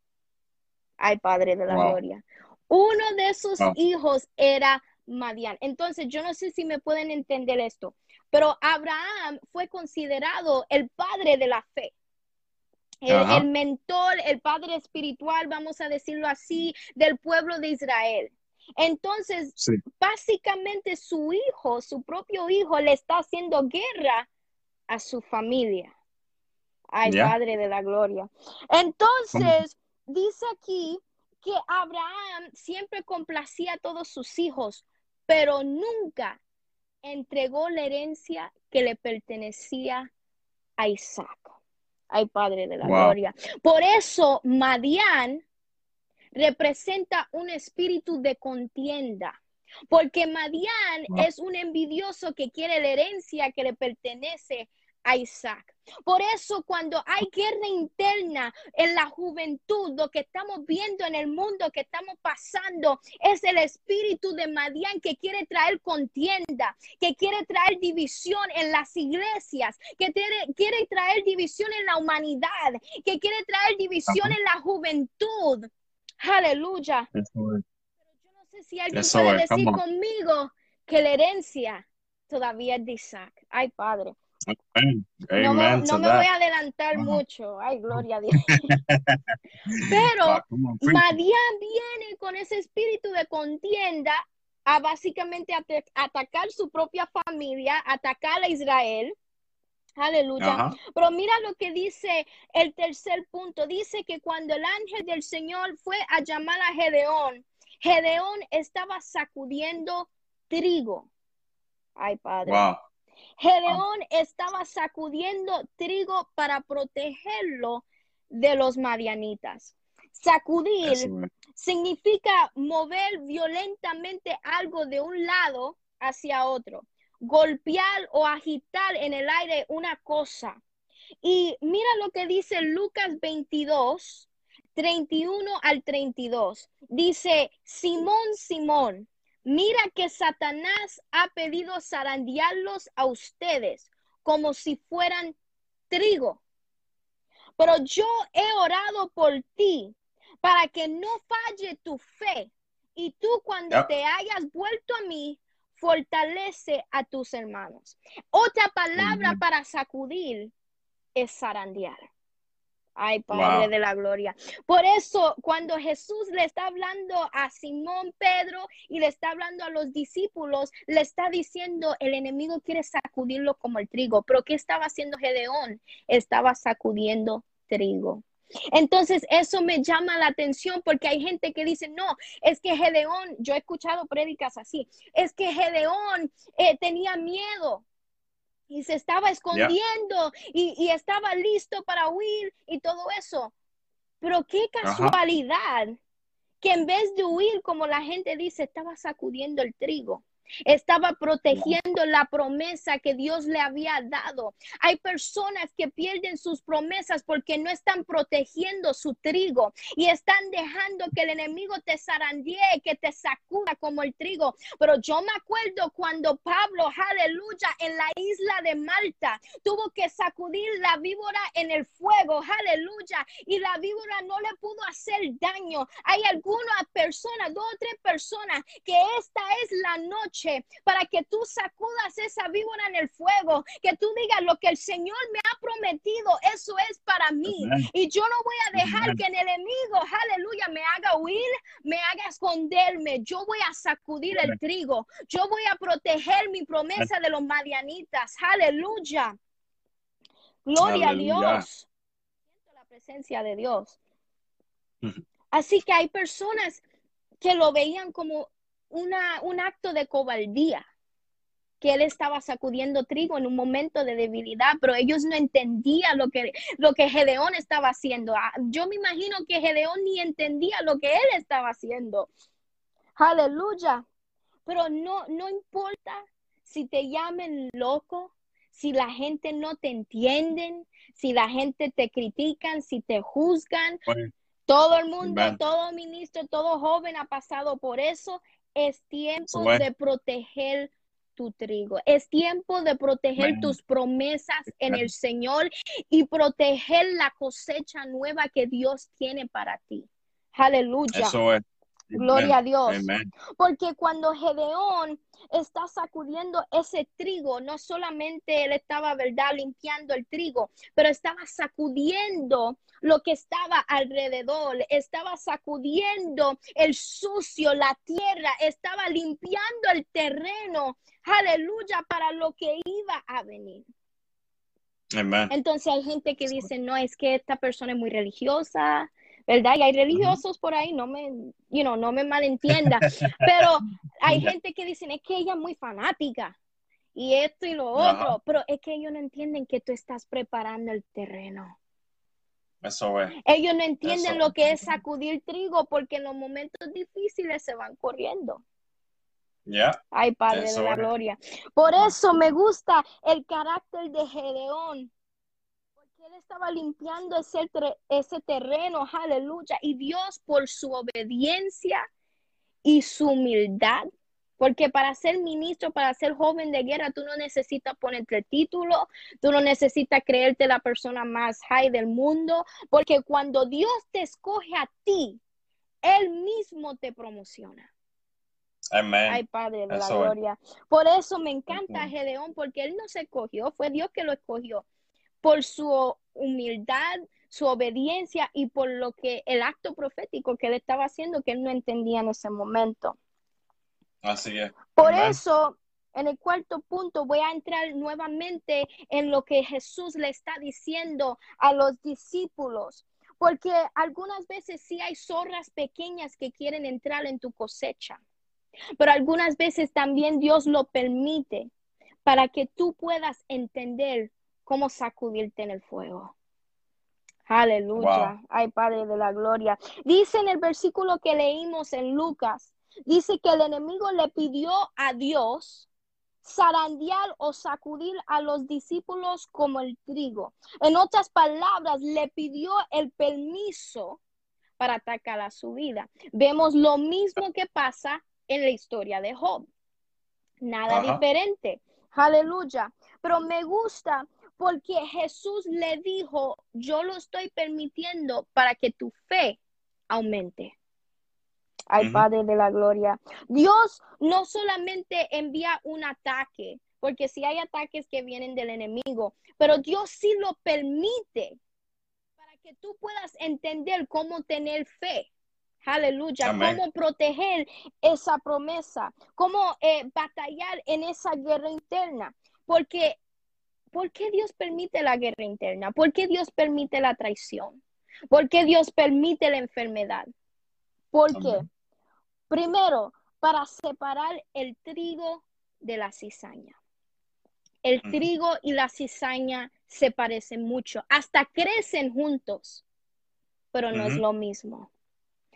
Ay, Padre de la Gloria. Uno de esos hijos era Madián. Entonces, yo no sé si me pueden entender esto, pero Abraham fue considerado el padre de la fe. El mentor, el padre espiritual, vamos a decirlo así, del pueblo de Israel. Entonces, básicamente su hijo, su propio hijo, le está haciendo guerra a su familia. Ay, Padre de la Gloria. Entonces, dice aquí que Abraham siempre complacía a todos sus hijos, pero nunca entregó la herencia que le pertenecía a Isaac. Ay, Padre de la Gloria. Por eso Madián representa un espíritu de contienda. Porque Madián es un envidioso que quiere la herencia que le pertenece a Isaac. Por eso cuando hay guerra interna en la juventud, lo que estamos viendo en el mundo que estamos pasando es el espíritu de Madián que quiere traer contienda, que quiere traer división en las iglesias, que quiere traer división en la humanidad, que quiere traer división en la juventud. Aleluya. Pero yo no sé si alguien puede decir conmigo que la herencia todavía es de Isaac. Ay, Padre. No me voy a adelantar mucho. Ay, gloria a Dios. Pero Madián viene con ese espíritu de contienda a básicamente atacar su propia familia, atacar a Israel. Aleluya. Pero mira lo que dice el tercer punto. Dice que cuando el ángel del Señor fue a llamar a Gedeón, Gedeón estaba sacudiendo trigo. Ay, Padre. Gedeón estaba sacudiendo trigo para protegerlo de los madianitas. Sacudir significa mover violentamente algo de un lado hacia otro, golpear o agitar en el aire una cosa. Y mira lo que dice Lucas 22, 31 al 32. Dice, Simón, Simón, mira que Satanás ha pedido zarandearlos a ustedes como si fueran trigo. Pero yo he orado por ti para que no falle tu fe. Y tú cuando te hayas vuelto a mí, fortalece a tus hermanos. Otra palabra para sacudir es zarandear. Ay, Padre de la Gloria. Por eso, cuando Jesús le está hablando a Simón Pedro y le está hablando a los discípulos, le está diciendo, el enemigo quiere sacudirlo como el trigo. Pero ¿qué estaba haciendo Gedeón? Estaba sacudiendo trigo. Entonces, eso me llama la atención porque hay gente que dice, no, es que Gedeón, yo he escuchado prédicas así, es que Gedeón tenía miedo. Y se estaba escondiendo y estaba listo para huir y todo eso. Pero qué casualidad que en vez de huir, como la gente dice, estaba sacudiendo el trigo. Estaba protegiendo la promesa que Dios le había dado. Hay personas que pierden sus promesas porque no están protegiendo su trigo y están dejando que el enemigo te zarandee, que te sacuda como el trigo. Pero yo me acuerdo cuando Pablo, aleluya, en la isla de Malta, tuvo que sacudir la víbora en el fuego, aleluya, y la víbora no le pudo hacer daño. Hay algunas personas, 2 o 3 personas, que esta es la noche para que tú sacudas esa víbora en el fuego, que tú digas lo que el Señor me ha prometido, eso es para mí. Amen. Y yo no voy a dejar Amen. que el enemigo, aleluya, me haga huir, me haga esconderme. Yo voy a sacudir el trigo. Yo voy a proteger mi promesa de los madianitas. Aleluya. Gloria a Aleluya. Dios. Siento la presencia de Dios. Así que hay personas que lo veían como un acto de cobardía, que él estaba sacudiendo trigo en un momento de debilidad, pero ellos no entendían lo que Gedeón estaba haciendo. Yo me imagino que Gedeón ni entendía lo que él estaba haciendo. Aleluya. Pero no importa si te llamen loco, si la gente no te entienden, si la gente te critican, si te juzgan. Bueno, Todo el mundo, amen. todo ministro, todo joven ha pasado por eso. Es tiempo Eso es. de proteger tu trigo. Es tiempo de proteger Amen. tus promesas en Amen. el Señor y proteger la cosecha nueva que Dios tiene para ti. Aleluya. Eso es. Gloria a Amen. Dios. Amen. Porque cuando Gedeón está sacudiendo ese trigo, no solamente él estaba, ¿verdad?, limpiando el trigo, pero estaba sacudiendo lo que estaba alrededor, estaba sacudiendo el sucio, la tierra, estaba limpiando el terreno, aleluya, para lo que iba a venir. Amen. Entonces hay gente que dice, no, es que esta persona es muy religiosa, ¿verdad? Y hay religiosos por ahí, no me malentienda, pero hay gente que dice, es que ella es muy fanática y esto y lo Ajá. otro, pero es que ellos no entienden que tú estás preparando el terreno. Eso es. Ellos no entienden Eso. lo que es sacudir trigo porque en los momentos difíciles se van corriendo. Ya. Ay, Padre de Eso la es. gloria. Por eso me gusta el carácter de Gedeón. Porque él estaba limpiando ese terreno, aleluya. Y Dios, por su obediencia y su humildad, porque para ser ministro, para ser joven de guerra, tú no necesitas ponerte el título, tú no necesitas creerte la persona más high del mundo, porque cuando Dios te escoge a ti, Él mismo te promociona. Amen. Ay, Padre de la Eso es. gloria. Por eso me encanta Ujú. Gedeón, porque él no se escogió, fue Dios que lo escogió. Por su humildad, su obediencia y por lo que el acto profético que él estaba haciendo que él no entendía en ese momento. Así es. Por Amen. eso, en el cuarto punto, voy a entrar nuevamente en lo que Jesús le está diciendo a los discípulos. Porque algunas veces sí hay zorras pequeñas que quieren entrar en tu cosecha. Pero algunas veces también Dios lo permite para que tú puedas entender cómo sacudirte en el fuego. Aleluya. Wow. Ay, Padre de la gloria. Dice en el versículo que leímos en Lucas, dice que el enemigo le pidió a Dios zarandear o sacudir a los discípulos como el trigo. En otras palabras, le pidió el permiso para atacar a su vida. Vemos lo mismo que pasa en la historia de Job. Nada Ajá. diferente. Aleluya. Pero me gusta porque Jesús le dijo, yo lo estoy permitiendo para que tu fe aumente. Ay, Ujú. Padre de la gloria. Dios no solamente envía un ataque, porque sí hay ataques que vienen del enemigo, pero Dios sí lo permite para que tú puedas entender cómo tener fe. Aleluya, Amén. cómo proteger esa promesa, cómo batallar en esa guerra interna. Porque, ¿por qué Dios permite la guerra interna? ¿Por qué Dios permite la traición? ¿Por qué Dios permite la enfermedad? ¿Por qué? Amén. Primero, para separar el trigo de la cizaña. El Ujú. trigo y la cizaña se parecen mucho, hasta crecen juntos, pero no es Ujú. lo mismo.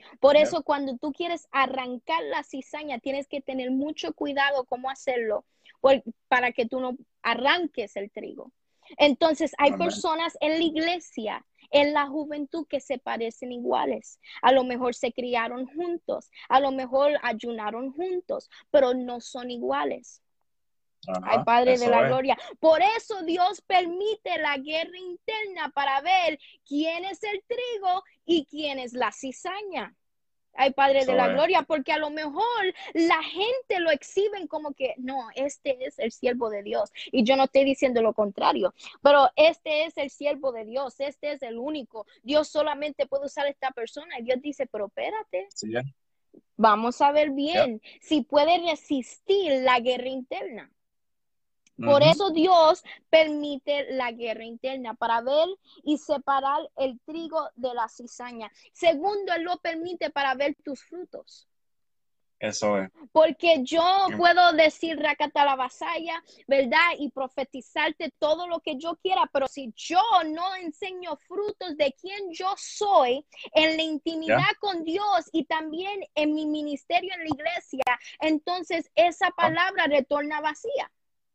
Por Yep. eso cuando tú quieres arrancar la cizaña, tienes que tener mucho cuidado cómo hacerlo para que tú no arranques el trigo. Entonces hay Amén. personas en la iglesia, en la juventud, que se parecen iguales. A lo mejor se criaron juntos, a lo mejor ayunaron juntos, pero no son iguales. Ay, Ajá, Padre de eso la es. gloria. Por eso Dios permite la guerra interna para ver quién es el trigo y quién es la cizaña. Ay, Padre de Eso la es. gloria, porque a lo mejor la gente lo exhiben como que no, este es el siervo de Dios. Y yo no estoy diciendo lo contrario, pero este es el siervo de Dios, este es el único. Dios solamente puede usar a esta persona. Y Dios dice, pero espérate, Sí, ya. vamos a ver Yep. bien si puede resistir la guerra interna. Por Ujú. eso Dios permite la guerra interna, para ver y separar el trigo de la cizaña. Segundo, Él lo permite para ver tus frutos. Eso es. Porque yo puedo decir racatalabasaya, ¿verdad? Y profetizarte todo lo que yo quiera, pero si yo no enseño frutos de quién yo soy en la intimidad Ya. con Dios y también en mi ministerio en la iglesia, entonces esa palabra retorna vacía.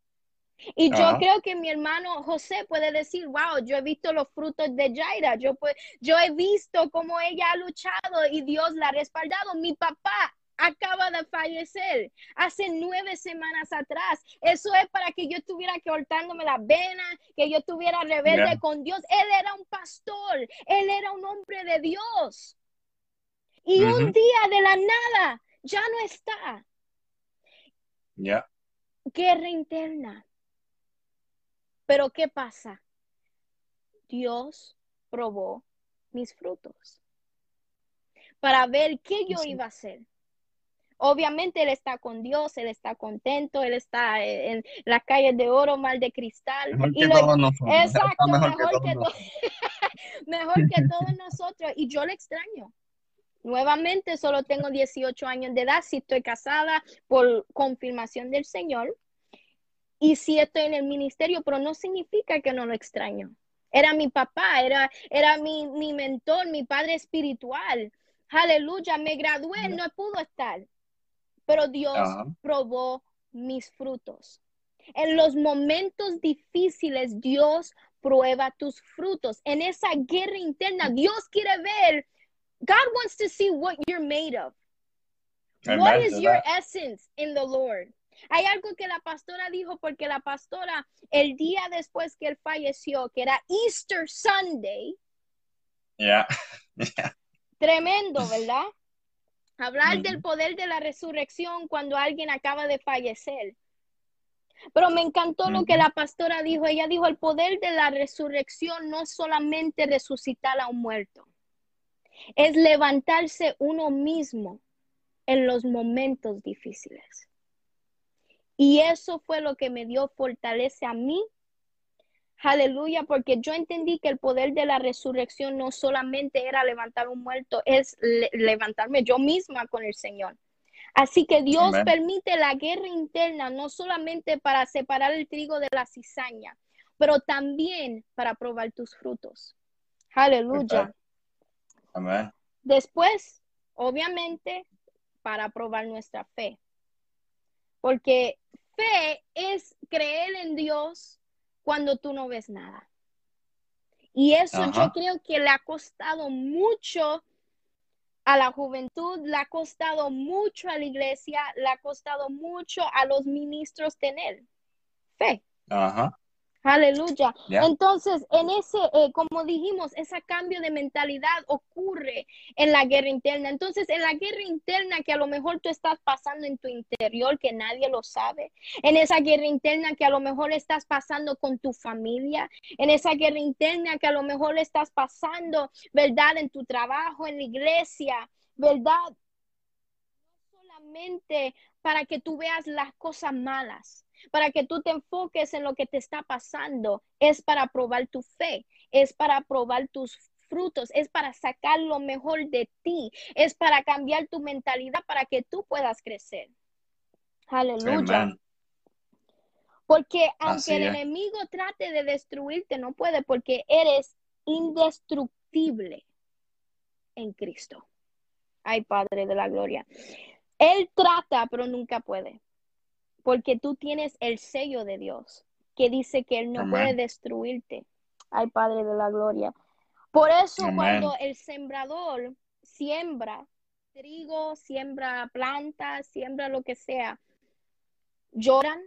Y yo Ajá. creo que mi hermano José puede decir, wow, yo he visto los frutos de Jaira, yo he visto cómo ella ha luchado y Dios la ha respaldado. Mi papá acaba de fallecer hace 9 semanas atrás. Eso es para que yo estuviera cortándome las venas, que yo estuviera rebelde Ya. con Dios. Él era un pastor, él era un hombre de Dios. Y un Ujú. día de la nada ya no está. Ya. Guerra interna. Pero ¿qué pasa? Dios probó mis frutos para ver qué yo Sí. iba a hacer. Obviamente Él está con Dios, Él está contento, Él está en las calles de oro, mar de cristal. Mejor Y que todos nosotros. Él está exacto, mejor que todos mejor que todos nosotros. Y yo le extraño. Nuevamente, solo tengo 18 años de edad, sí estoy casada por confirmación del Señor. Y sí estoy en el ministerio, pero no significa que no lo extraño. Era mi papá, era mi mentor, mi padre espiritual. Aleluya, me gradué, Ya. no pudo estar, pero Dios Ajá. probó mis frutos. En los momentos difíciles, Dios prueba tus frutos. En esa guerra interna, Dios quiere ver, God wants to see what you're made of. What Amen is to your that. essence in the Lord? Hay algo que la pastora dijo, porque la pastora, el día después que él falleció, que era Easter Sunday, Ya. Ya. tremendo, ¿verdad? Hablar del Ujú. poder de la resurrección cuando alguien acaba de fallecer. Pero me encantó lo que Ujú. la pastora dijo. Ella dijo, el poder de la resurrección no solamente resucitar a un muerto, es levantarse uno mismo en los momentos difíciles. Y eso fue lo que me dio fortaleza a mí. Aleluya, porque yo entendí que el poder de la resurrección no solamente era levantar un muerto, es levantarme yo misma con el Señor. Así que Dios Amen. permite la guerra interna no solamente para separar el trigo de la cizaña, pero también para probar tus frutos. Aleluya. Amen. Después, obviamente, para probar nuestra fe. Porque fe es creer en Dios cuando tú no ves nada. Y eso yo Ajá. creo que le ha costado mucho a la juventud, le ha costado mucho a la iglesia, le ha costado mucho a los ministros tener fe. Ajá. Aleluya. Ya. Entonces, en ese, como dijimos, ese cambio de mentalidad ocurre en la guerra interna. Entonces, en la guerra interna que a lo mejor tú estás pasando en tu interior, que nadie lo sabe, en esa guerra interna que a lo mejor estás pasando con tu familia, en esa guerra interna que a lo mejor estás pasando, ¿verdad? En tu trabajo, en la iglesia, ¿verdad? No solamente para que tú veas las cosas malas, para que tú te enfoques en lo que te está pasando, es para probar tu fe, es para probar tus frutos, es para sacar lo mejor de ti, es para cambiar tu mentalidad para que tú puedas crecer. Aleluya. Amen. Porque aunque Así el es. enemigo trate de destruirte, no puede, porque eres indestructible en Cristo. Ay, Padre de la gloria. Él trata, pero nunca puede, porque tú tienes el sello de Dios, que dice que Él no puede Amén. destruirte. Ay, Padre de la gloria. Por eso Amén. cuando el sembrador siembra trigo, siembra plantas, siembra lo que sea, lloran,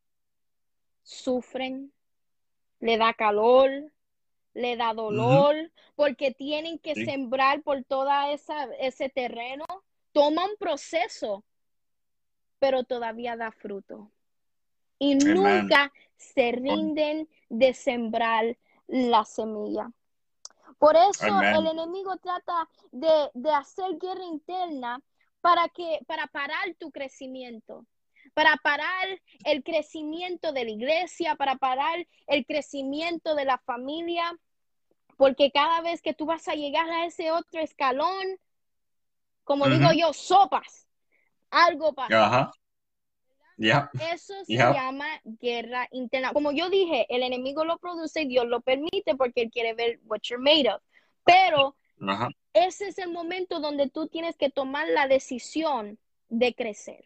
sufren, le da calor, le da Ujú. dolor, porque tienen que Sí. sembrar por toda ese terreno. Toma un proceso, pero todavía da fruto. Y Amén. nunca se rinden de sembrar la semilla. Por eso el Amén. enemigo trata de hacer guerra interna para parar tu crecimiento, para parar el crecimiento de la iglesia, para parar el crecimiento de la familia, porque cada vez que tú vas a llegar a ese otro escalón, como digo Ujú. yo, sopas, algo pasa. Ajá. Yep. Eso se Yep. llama guerra interna. Como yo dije, el enemigo lo produce y Dios lo permite porque él quiere ver what you're made of. Pero Ajá. ese es el momento donde tú tienes que tomar la decisión de crecer.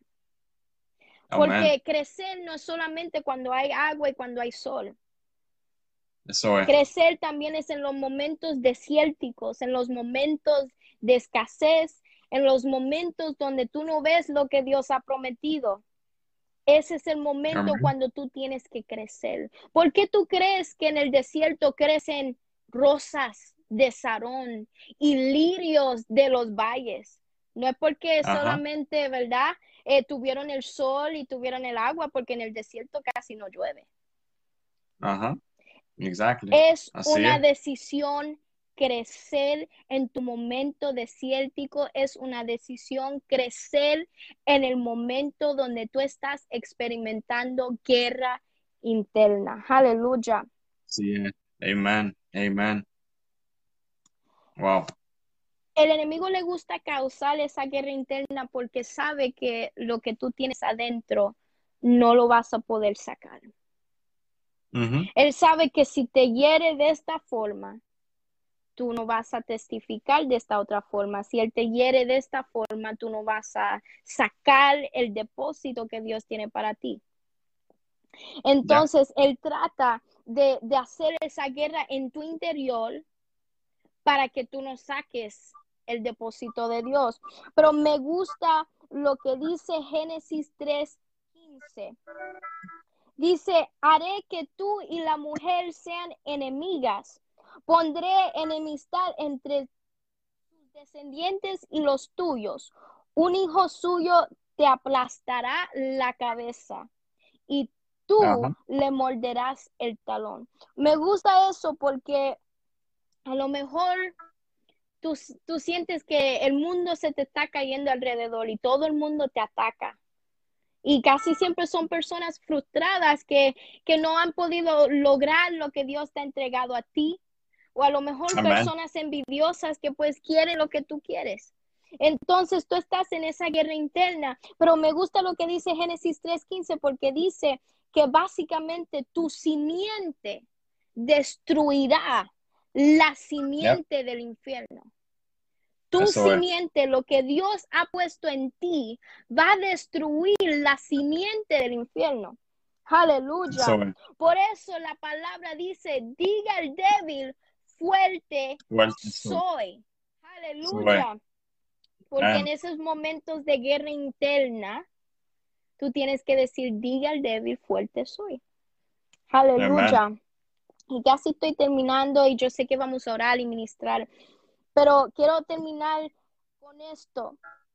Amén. Porque crecer no es solamente cuando hay agua y cuando hay sol. Eso es. Crecer también es en los momentos desérticos, en los momentos de escasez, en los momentos donde tú no ves lo que Dios ha prometido. Ese es el momento Amén. cuando tú tienes que crecer. ¿Por qué tú crees que en el desierto crecen rosas de Sarón y lirios de los valles? No es porque Ajá. solamente, ¿verdad? Tuvieron el sol y tuvieron el agua, porque en el desierto casi no llueve. Ajá. Exactly. Es Así una es. decisión crecer en tu momento desértico, es una decisión crecer en el momento donde tú estás experimentando guerra interna. Aleluya. Así es. Amen. Amen. Wow. El enemigo le gusta causar esa guerra interna porque sabe que lo que tú tienes adentro no lo vas a poder sacar. Ujú. Él sabe que si te hiere de esta forma, tú no vas a testificar de esta otra forma. Si Él te hiere de esta forma, tú no vas a sacar el depósito que Dios tiene para ti. Ya. Entonces, Él trata de hacer esa guerra en tu interior para que tú no saques el depósito de Dios. Pero me gusta lo que dice Génesis 3:15. Dice, haré que tú y la mujer sean enemigas. Pondré enemistad entre tus descendientes y los tuyos. Un hijo suyo te aplastará la cabeza y tú Ajá. le morderás el talón. Me gusta eso porque a lo mejor tú sientes que el mundo se te está cayendo alrededor y todo el mundo te ataca. Y casi siempre son personas frustradas que no han podido lograr lo que Dios te ha entregado a ti. O a lo mejor Amén. personas envidiosas que pues quieren lo que tú quieres. Entonces tú estás en esa guerra interna. Pero me gusta lo que dice Génesis 3:15 porque dice que básicamente tu simiente destruirá la Yep. simiente del infierno. Tu Eso es. simiente, lo que Dios ha puesto en ti, va a destruir la simiente del infierno. Eso Aleluya. es. Por eso la palabra dice, diga el débil, fuerte Fuerte soy. soy. Eso es. Aleluya. Porque en Amén. esos momentos de guerra interna, tú tienes que decir, diga el débil, fuerte soy. Amén. Aleluya. Y casi estoy terminando y yo sé que vamos a orar y ministrar, pero quiero terminar con esto.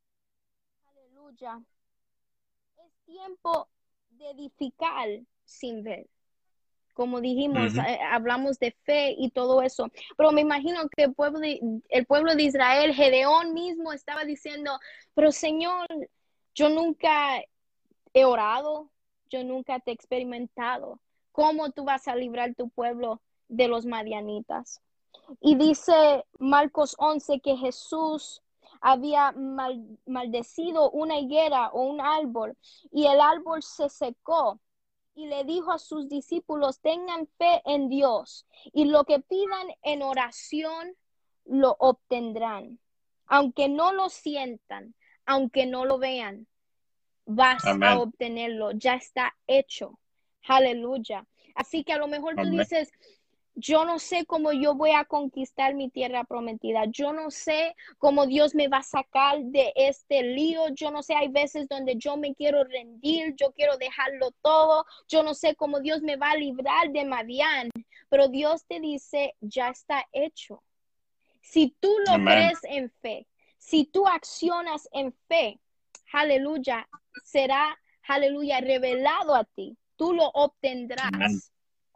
Aleluya. Es tiempo de edificar sin ver. Como dijimos, Ujú. hablamos de fe y todo eso. Pero me imagino que el pueblo de Israel, Gedeón mismo estaba diciendo, pero Señor, yo nunca he orado, yo nunca te he experimentado. ¿Cómo tú vas a librar tu pueblo de los madianitas? Y dice Marcos 11 que Jesús había maldecido una higuera o un árbol y el árbol se secó y le dijo a sus discípulos, tengan fe en Dios y lo que pidan en oración lo obtendrán. aunque no lo sientan, aunque no lo vean, vas a Amén. obtenerlo, ya está hecho. Aleluya. Así que a lo mejor tú Amén. dices, yo no sé cómo yo voy a conquistar mi tierra prometida. Yo no sé cómo Dios me va a sacar de este lío. Yo no sé, hay veces donde yo me quiero rendir, yo quiero dejarlo todo. Yo no sé cómo Dios me va a librar de Madián. Pero Dios te dice, ya está hecho. Si tú lo Amén. crees en fe, si tú accionas en fe, aleluya, será, aleluya, revelado a ti. Tú lo Amén. obtendrás.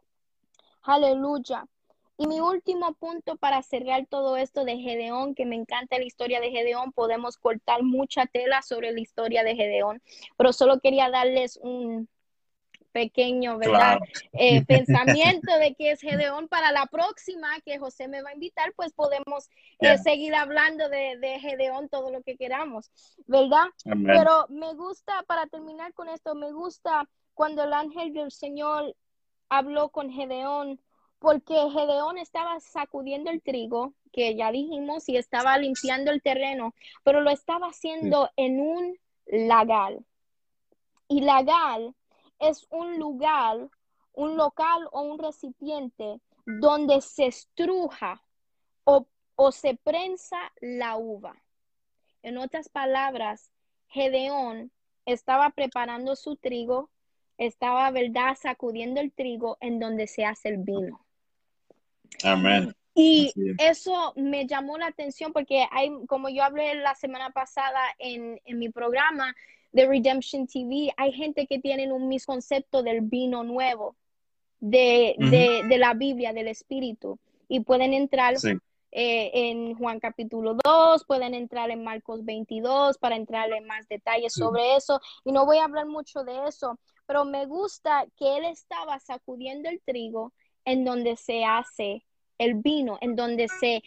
Aleluya. Y mi último punto para cerrar todo esto de Gedeón, que me encanta la historia de Gedeón, podemos cortar mucha tela sobre la historia de Gedeón, pero solo quería darles un pequeño, ¿verdad? Claro. Pensamiento de que es Gedeón. Para la próxima que José me va a invitar, pues podemos Yeah. seguir hablando de Gedeón todo lo que queramos, ¿verdad? Amén. Pero me gusta, para terminar con esto, me gusta cuando el ángel del Señor habló con Gedeón, porque Gedeón estaba sacudiendo el trigo, que ya dijimos, y estaba limpiando el terreno, pero lo estaba haciendo en un lagar. Y lagar es un lugar, un local o un recipiente donde se estruja o se prensa la uva. En otras palabras, Gedeón estaba preparando su trigo, estaba, ¿verdad?, sacudiendo el trigo en donde se hace el vino. Amén. Y eso me llamó la atención porque hay, como yo hablé la semana pasada en mi programa de Redemption TV, hay gente que tiene un misconcepto del vino nuevo, de la Biblia, del Espíritu, y pueden entrar Sí. en Juan capítulo 2, pueden entrar en Marcos 22 para entrar en más detalles sobre eso, y no voy a hablar mucho de eso, pero me gusta que él estaba sacudiendo el trigo en donde se hace el vino, en donde se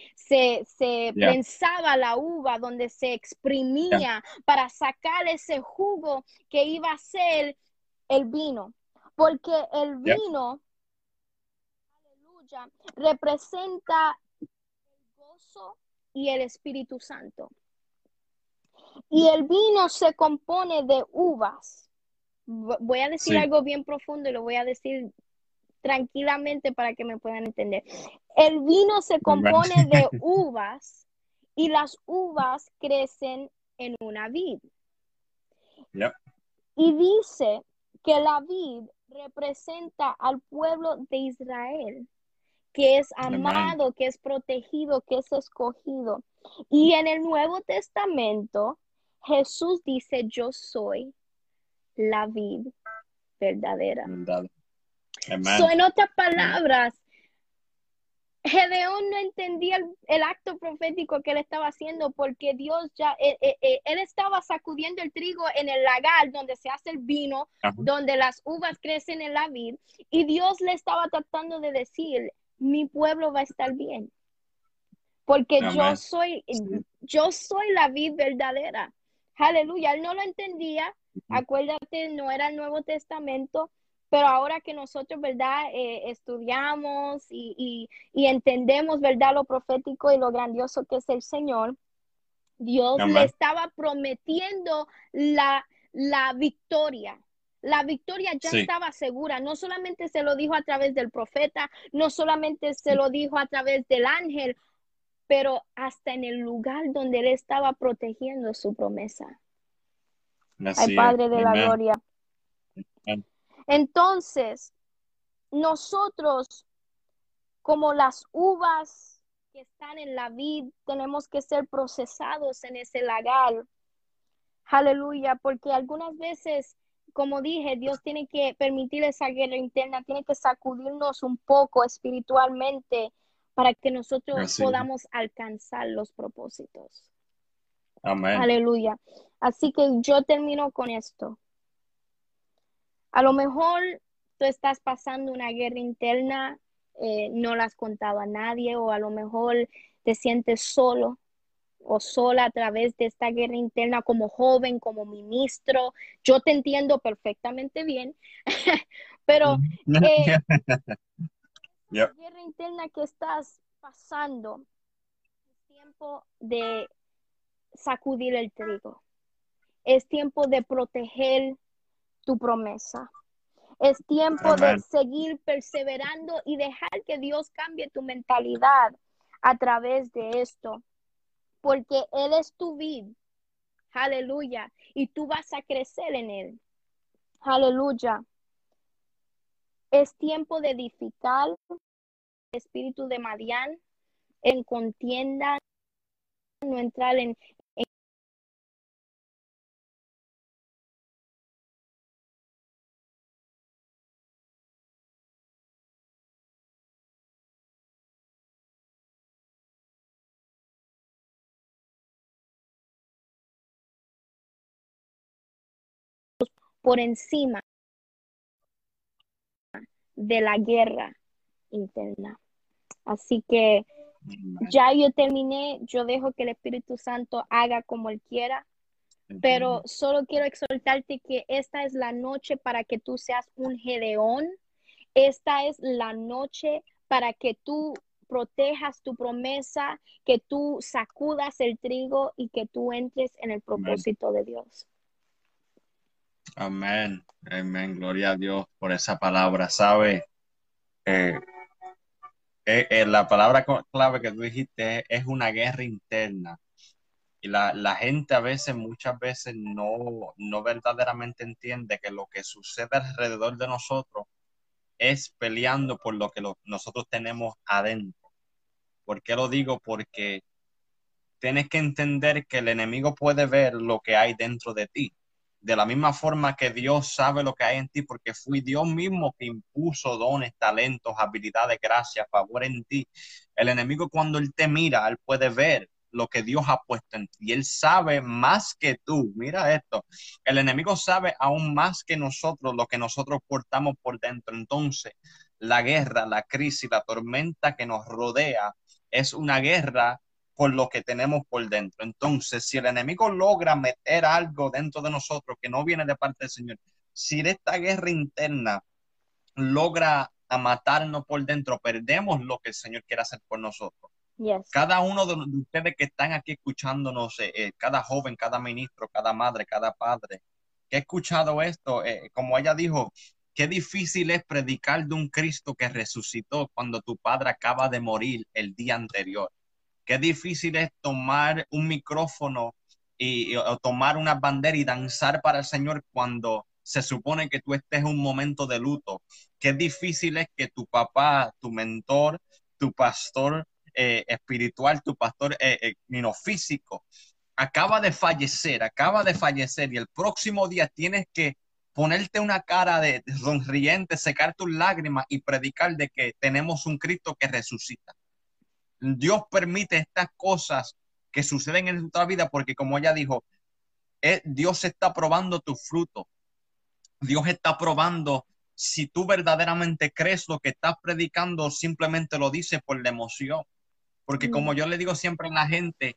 prensaba la uva, donde se exprimía para sacar ese jugo que iba a ser el vino, porque el vino, aleluya, representa el gozo y el Espíritu Santo. Y el vino se compone de uvas. Voy a decir algo bien profundo y lo voy a decir tranquilamente para que me puedan entender. El vino se compone de uvas y las uvas crecen en una vid. Yep. Y dice que la vid representa al pueblo de Israel, que es amado, que es protegido, que es escogido. Y en el Nuevo Testamento, Jesús dice, yo soy la vid verdadera. So, en otras palabras, Gedeón no entendía el acto profético que él estaba haciendo porque Dios ya, él estaba sacudiendo el trigo en el lagar donde se hace el vino, donde las uvas crecen en la vid, y Dios le estaba tratando de decir, mi pueblo va a estar bien, porque yo soy la vid verdadera. Aleluya, él no lo entendía, acuérdate, no era el Nuevo Testamento, pero ahora que nosotros, ¿verdad? Estudiamos y entendemos, ¿verdad? Lo profético y lo grandioso que es el Señor, Dios le estaba prometiendo la victoria. La victoria ya estaba segura. No solamente se lo dijo a través del profeta, no solamente se lo dijo a través del ángel, pero hasta en el lugar donde él estaba protegiendo su promesa. Al Padre de la gloria. Entonces, nosotros, como las uvas que están en la vid, tenemos que ser procesados en ese lagar. Aleluya, porque algunas veces, como dije, Dios tiene que permitir esa guerra interna, tiene que sacudirnos un poco espiritualmente para que nosotros podamos alcanzar los propósitos. Amén. Aleluya. Así que yo termino con esto. A lo mejor tú estás pasando una guerra interna, no la has contado a nadie, o a lo mejor te sientes solo o sola a través de esta guerra interna como joven, como ministro. Yo te entiendo perfectamente bien, pero la guerra interna que estás pasando, es tiempo de sacudir el trigo. Es tiempo de proteger tu promesa. Es tiempo de seguir perseverando y dejar que Dios cambie tu mentalidad a través de esto. Porque Él es tu vid. Aleluya. Y tú vas a crecer en Él. Aleluya. Es tiempo de edificar el espíritu de Madián en contienda, no entrar en por encima de la guerra interna. Así que ya yo terminé, yo dejo que el Espíritu Santo haga como Él quiera, pero solo quiero exhortarte que esta es la noche para que tú seas un Gedeón. Esta es la noche para que tú protejas tu promesa, que tú sacudas el trigo y que tú entres en el propósito de Dios. Amén, amén, gloria a Dios por esa palabra. ¿Sabe? La palabra clave que tú dijiste es una guerra interna. Y la gente a veces, muchas veces no verdaderamente entiende que lo que sucede alrededor de nosotros es peleando por lo que nosotros tenemos adentro. ¿Por qué lo digo? Porque tienes que entender que el enemigo puede ver lo que hay dentro de ti. De la misma forma que Dios sabe lo que hay en ti, porque fue Dios mismo que impuso dones, talentos, habilidades, gracias, favor en ti. El enemigo, cuando él te mira, él puede ver lo que Dios ha puesto en ti. Y él sabe más que tú. Mira esto. El enemigo sabe aún más que nosotros lo que nosotros portamos por dentro. Entonces, la guerra, la crisis, la tormenta que nos rodea es una guerra por lo que tenemos por dentro. Entonces, si el enemigo logra meter algo dentro de nosotros que no viene de parte del Señor, si esta guerra interna logra a matarnos por dentro, perdemos lo que el Señor quiere hacer por nosotros. Yes. Cada uno de ustedes que están aquí escuchándonos, cada joven, cada ministro, cada madre, cada padre, que ha escuchado esto, como ella dijo, qué difícil es predicar de un Cristo que resucitó cuando tu padre acaba de morir el día anterior. Qué difícil es tomar un micrófono o tomar una bandera y danzar para el Señor cuando se supone que tú estés en un momento de luto. Qué difícil es que tu papá, tu mentor, tu pastor espiritual, tu pastor físico, acaba de fallecer y el próximo día tienes que ponerte una cara de sonriente, secar tus lágrimas y predicar de que tenemos un Cristo que resucita. Dios permite estas cosas que suceden en nuestra vida porque, como ella dijo, Dios está probando tu fruto. Dios está probando si tú verdaderamente crees lo que estás predicando o simplemente lo dices por la emoción. Porque como yo le digo siempre a la gente,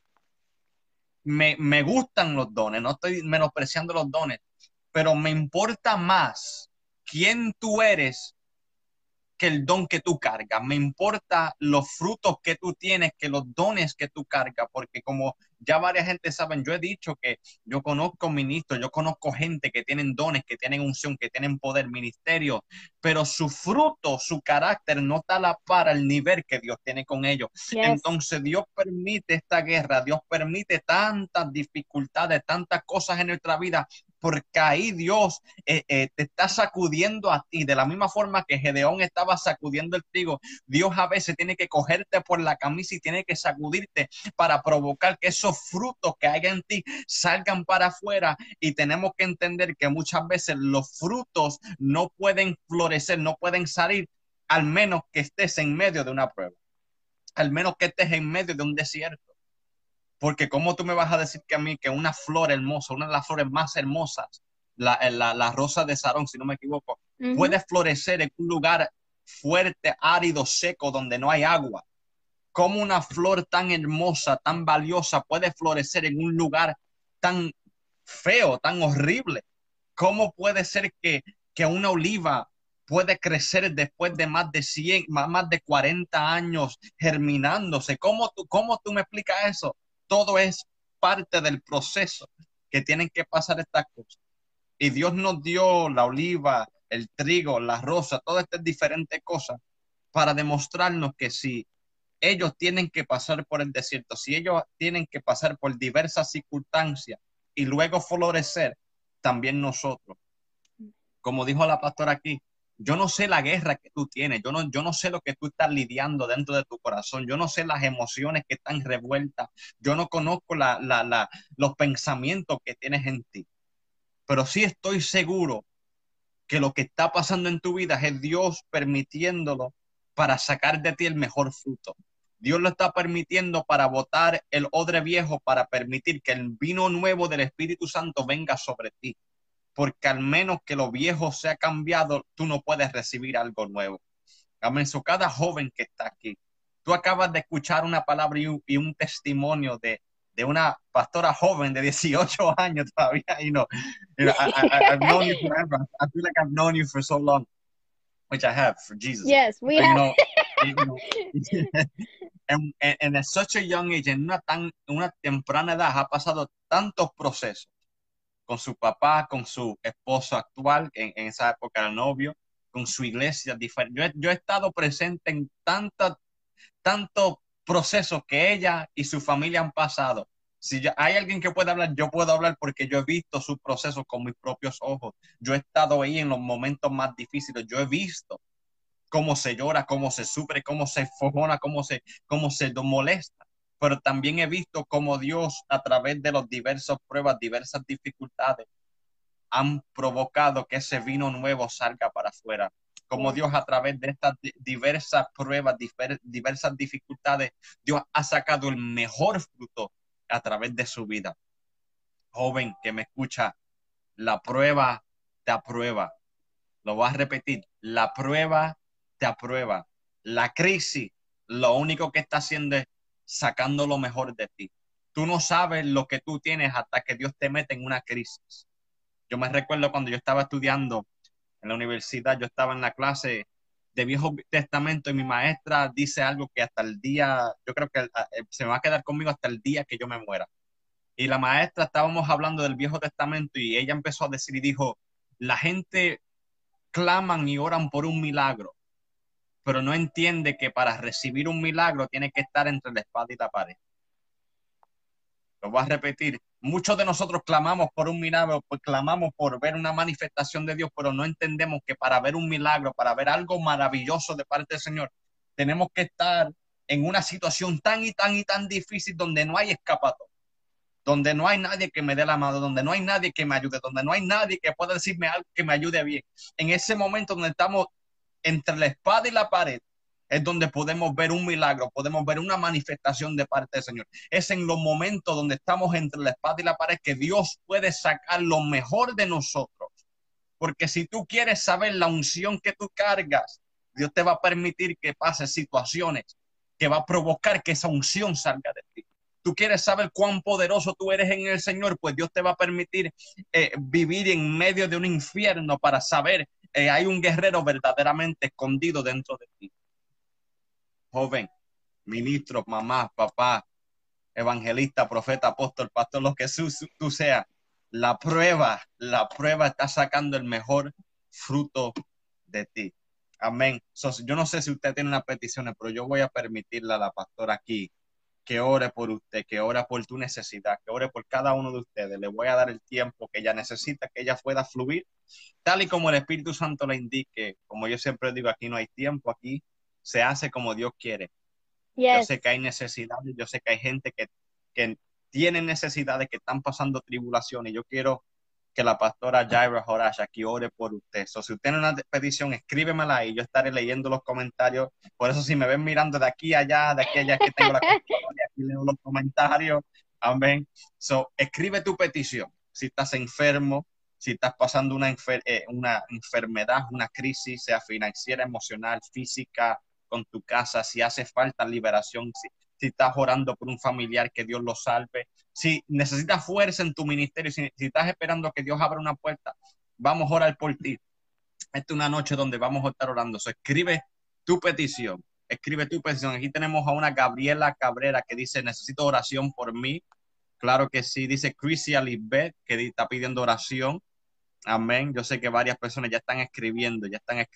me gustan los dones, no estoy menospreciando los dones, pero me importa más quién tú eres que el don que tú cargas. Me importa los frutos que tú tienes que los dones que tú cargas, porque como ya varias gente saben, yo he dicho que yo conozco ministros, yo conozco gente que tienen dones, que tienen unción, que tienen poder, ministerio, pero su fruto, su carácter no está a la par al nivel que Dios tiene con ellos. Yes. Entonces Dios permite esta guerra, Dios permite tantas dificultades, tantas cosas en nuestra vida, porque ahí Dios te está sacudiendo a ti, de la misma forma que Gedeón estaba sacudiendo el trigo. Dios a veces tiene que cogerte por la camisa y tiene que sacudirte para provocar que esos frutos que hay en ti salgan para afuera, y tenemos que entender que muchas veces los frutos no pueden florecer, no pueden salir, al menos que estés en medio de una prueba, al menos que estés en medio de un desierto. Porque ¿cómo tú me vas a decir que a mí que una flor hermosa, una de las flores más hermosas, la rosa de Sarón, si no me equivoco, puede florecer en un lugar fuerte, árido, seco, donde no hay agua? ¿Cómo una flor tan hermosa, tan valiosa, puede florecer en un lugar tan feo, tan horrible? ¿Cómo puede ser que una oliva puede crecer después de más de 100, más de 40 años germinándose? ¿Cómo tú me explicas eso? Todo es parte del proceso que tienen que pasar estas cosas. Y Dios nos dio la oliva, el trigo, la rosa, todas estas diferentes cosas para demostrarnos que si ellos tienen que pasar por el desierto, si ellos tienen que pasar por diversas circunstancias y luego florecer, también nosotros. Como dijo la pastora aquí, yo no sé la guerra que tú tienes, yo no sé lo que tú estás lidiando dentro de tu corazón, yo no sé las emociones que están revueltas, yo no conozco los pensamientos que tienes en ti, pero sí estoy seguro que lo que está pasando en tu vida es Dios permitiéndolo para sacar de ti el mejor fruto. Dios lo está permitiendo para botar el odre viejo, para permitir que el vino nuevo del Espíritu Santo venga sobre ti. Porque al menos que lo viejo sea cambiado, tú no puedes recibir algo nuevo. Amén. So, cada joven que está aquí, tú acabas de escuchar una palabra y un testimonio de una pastora joven de 18 años todavía. I've known you forever. I feel like I've known you for so long, which I have for Jesus. Yes, we But, have. and at such a young age, en una temprana edad, ha pasado tantos procesos con su papá, con su esposo actual, en esa época era novio, con su iglesia diferente. Yo he estado presente en tantos procesos que ella y su familia han pasado. Si hay alguien que puede hablar, yo puedo hablar porque yo he visto sus procesos con mis propios ojos. Yo he estado ahí en los momentos más difíciles. Yo he visto cómo se llora, cómo se sufre, cómo se enfojona, cómo se molesta. Pero también he visto cómo Dios, a través de las diversas pruebas, diversas dificultades, han provocado que ese vino nuevo salga para afuera. Como Dios, a través de estas diversas pruebas, diversas dificultades, Dios ha sacado el mejor fruto a través de su vida. Joven que me escucha, la prueba te aprueba. Lo voy a repetir, la prueba te aprueba. La crisis, lo único que está haciendo es sacando lo mejor de ti. Tú no sabes lo que tú tienes hasta que Dios te mete en una crisis. Yo me recuerdo cuando yo estaba estudiando en la universidad, yo estaba en la clase de Viejo Testamento y mi maestra dice algo que hasta el día, yo creo que se me va a quedar conmigo hasta el día que yo me muera. Y la maestra, estábamos hablando del Viejo Testamento y ella empezó a decir y dijo, la gente claman y oran por un milagro, pero no entiende que para recibir un milagro tiene que estar entre la espada y la pared. Lo voy a repetir. Muchos de nosotros clamamos por un milagro, pues clamamos por ver una manifestación de Dios, pero no entendemos que para ver un milagro, para ver algo maravilloso de parte del Señor, tenemos que estar en una situación tan y tan difícil donde no hay escapatoria, donde no hay nadie que me dé la mano, donde no hay nadie que me ayude, donde no hay nadie que pueda decirme algo que me ayude bien. En ese momento donde estamos entre la espada y la pared, es donde podemos ver un milagro, podemos ver una manifestación de parte del Señor. Es en los momentos donde estamos entre la espada y la pared que Dios puede sacar lo mejor de nosotros. Porque si tú quieres saber la unción que tú cargas, Dios te va a permitir que pases situaciones que va a provocar que esa unción salga de ti. Tú quieres saber cuán poderoso tú eres en el Señor, pues Dios te va a permitir vivir en medio de un infierno para saber hay un guerrero verdaderamente escondido dentro de ti. Joven, ministro, mamá, papá, evangelista, profeta, apóstol, pastor, lo que tú seas, la prueba está sacando el mejor fruto de ti. Amén. Yo no sé si usted tiene una petición, pero yo voy a permitirle a la pastora aquí que ore por usted, que ore por tu necesidad, que ore por cada uno de ustedes. Le voy a dar el tiempo que ella necesita, que ella pueda fluir, tal y como el Espíritu Santo le indique. Como yo siempre digo, aquí no hay tiempo, aquí se hace como Dios quiere. Yes. Yo sé que hay necesidades, yo sé que hay gente que tiene necesidades, que están pasando tribulaciones. Yo quiero que la pastora Jaira Horash aquí ore por usted. Si usted tiene una petición, escríbemela y yo estaré leyendo los comentarios. Por eso si me ven mirando de aquí a allá, aquí tengo la computadora, aquí leo los comentarios. Amén. Escribe tu petición. Si estás enfermo, si estás pasando una enfermedad, una crisis, sea financiera, emocional, física, con tu casa, si hace falta liberación, si estás orando por un familiar, que Dios lo salve, si necesitas fuerza en tu ministerio, si estás esperando que Dios abra una puerta, vamos a orar por ti. Esta es una noche donde vamos a estar orando. Escribe tu petición. Aquí tenemos a una Gabriela Cabrera que dice, necesito oración por mí. Claro que sí. Dice Chrissy Alibet que está pidiendo oración. Amén. Yo sé que varias personas ya están escribiendo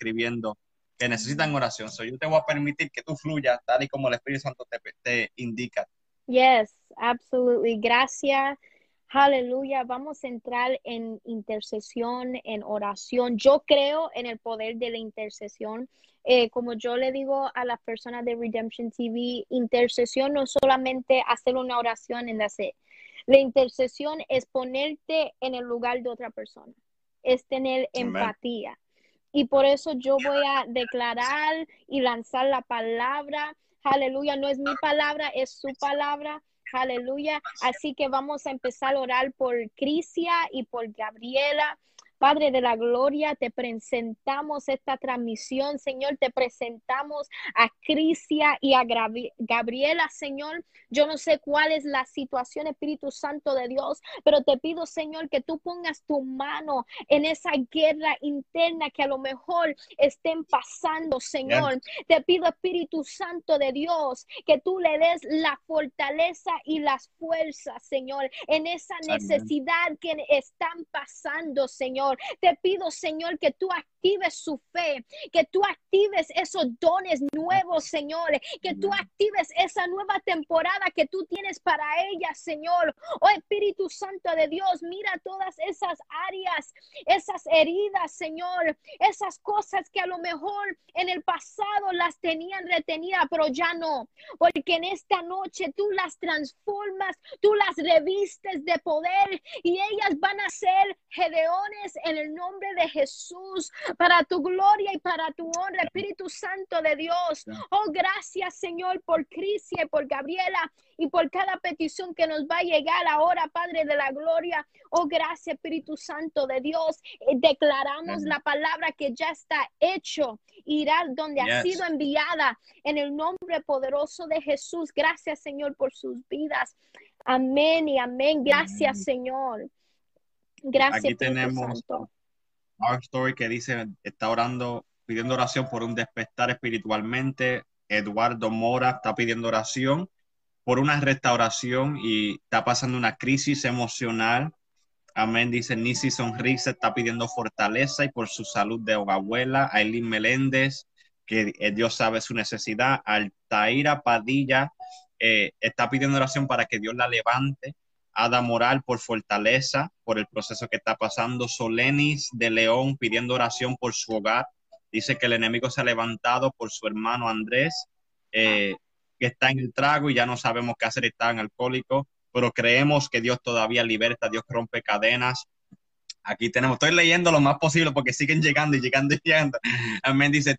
que necesitan oración. So, yo te voy a permitir que tú fluyas tal y como el Espíritu Santo te indica. Yes, absolutely. Gracias. Aleluya. Vamos a entrar en intercesión, en oración. Yo creo en el poder de la intercesión. Como yo le digo a las personas de Redemption TV, intercesión no es solamente hacer una oración en la sed. La intercesión es ponerte en el lugar de otra persona, es tener empatía. Y por eso yo voy a declarar y lanzar la palabra. Aleluya, no es mi palabra, es su palabra. Aleluya. Así que vamos a empezar a orar por Crisia y por Gabriela. Padre de la gloria, te presentamos esta transmisión, Señor, te presentamos a Crisia y a Gabriela, Señor. Yo no sé cuál es la situación, Espíritu Santo de Dios, pero te pido, Señor, que tú pongas tu mano en esa guerra interna que a lo mejor estén pasando, Señor. Te pido, Espíritu Santo de Dios, que tú le des la fortaleza y las fuerzas, Señor, en esa necesidad que están pasando, Señor. Te pido, Señor, que tú actives su fe, que tú actives esos dones nuevos, Señor, que tú actives esa nueva temporada que tú tienes para ella, Señor. Oh, Espíritu Santo de Dios, mira todas esas áreas, esas heridas, Señor, esas cosas que a lo mejor en el pasado las tenían retenidas, pero ya no, porque en esta noche tú las transformas, tú las revistes de poder y ellas van a ser gedeones en el nombre de Jesús, para tu gloria y para tu honra, Espíritu Santo de Dios. Oh, gracias, Señor, por Crisia y por Gabriela y por cada petición que nos va a llegar ahora, Padre de la gloria. Oh, gracias, Espíritu Santo de Dios. Declaramos la palabra que ya está hecho, irá donde ha sido enviada en el nombre poderoso de Jesús. Gracias, Señor, por sus vidas. Amén y amén. Gracias, Señor. Gracias, Aquí Espíritu tenemos Santo. Our Story que dice, está orando, pidiendo oración por un despertar espiritualmente. Eduardo Mora está pidiendo oración por una restauración y está pasando una crisis emocional. Amén. Dice Nisi Sonrisa, está pidiendo fortaleza y por su salud de abuela. Aileen Meléndez, que Dios sabe su necesidad. Altaira Padilla está pidiendo oración para que Dios la levante. Ada Moral por fortaleza, por el proceso que está pasando. Solenis de León pidiendo oración por su hogar. Dice que el enemigo se ha levantado por su hermano Andrés, que está en el trago y ya no sabemos qué hacer, está en alcohólico, pero creemos que Dios todavía liberta, Dios rompe cadenas. Aquí tenemos, estoy leyendo lo más posible porque siguen llegando y llegando y llegando. Amén. Dice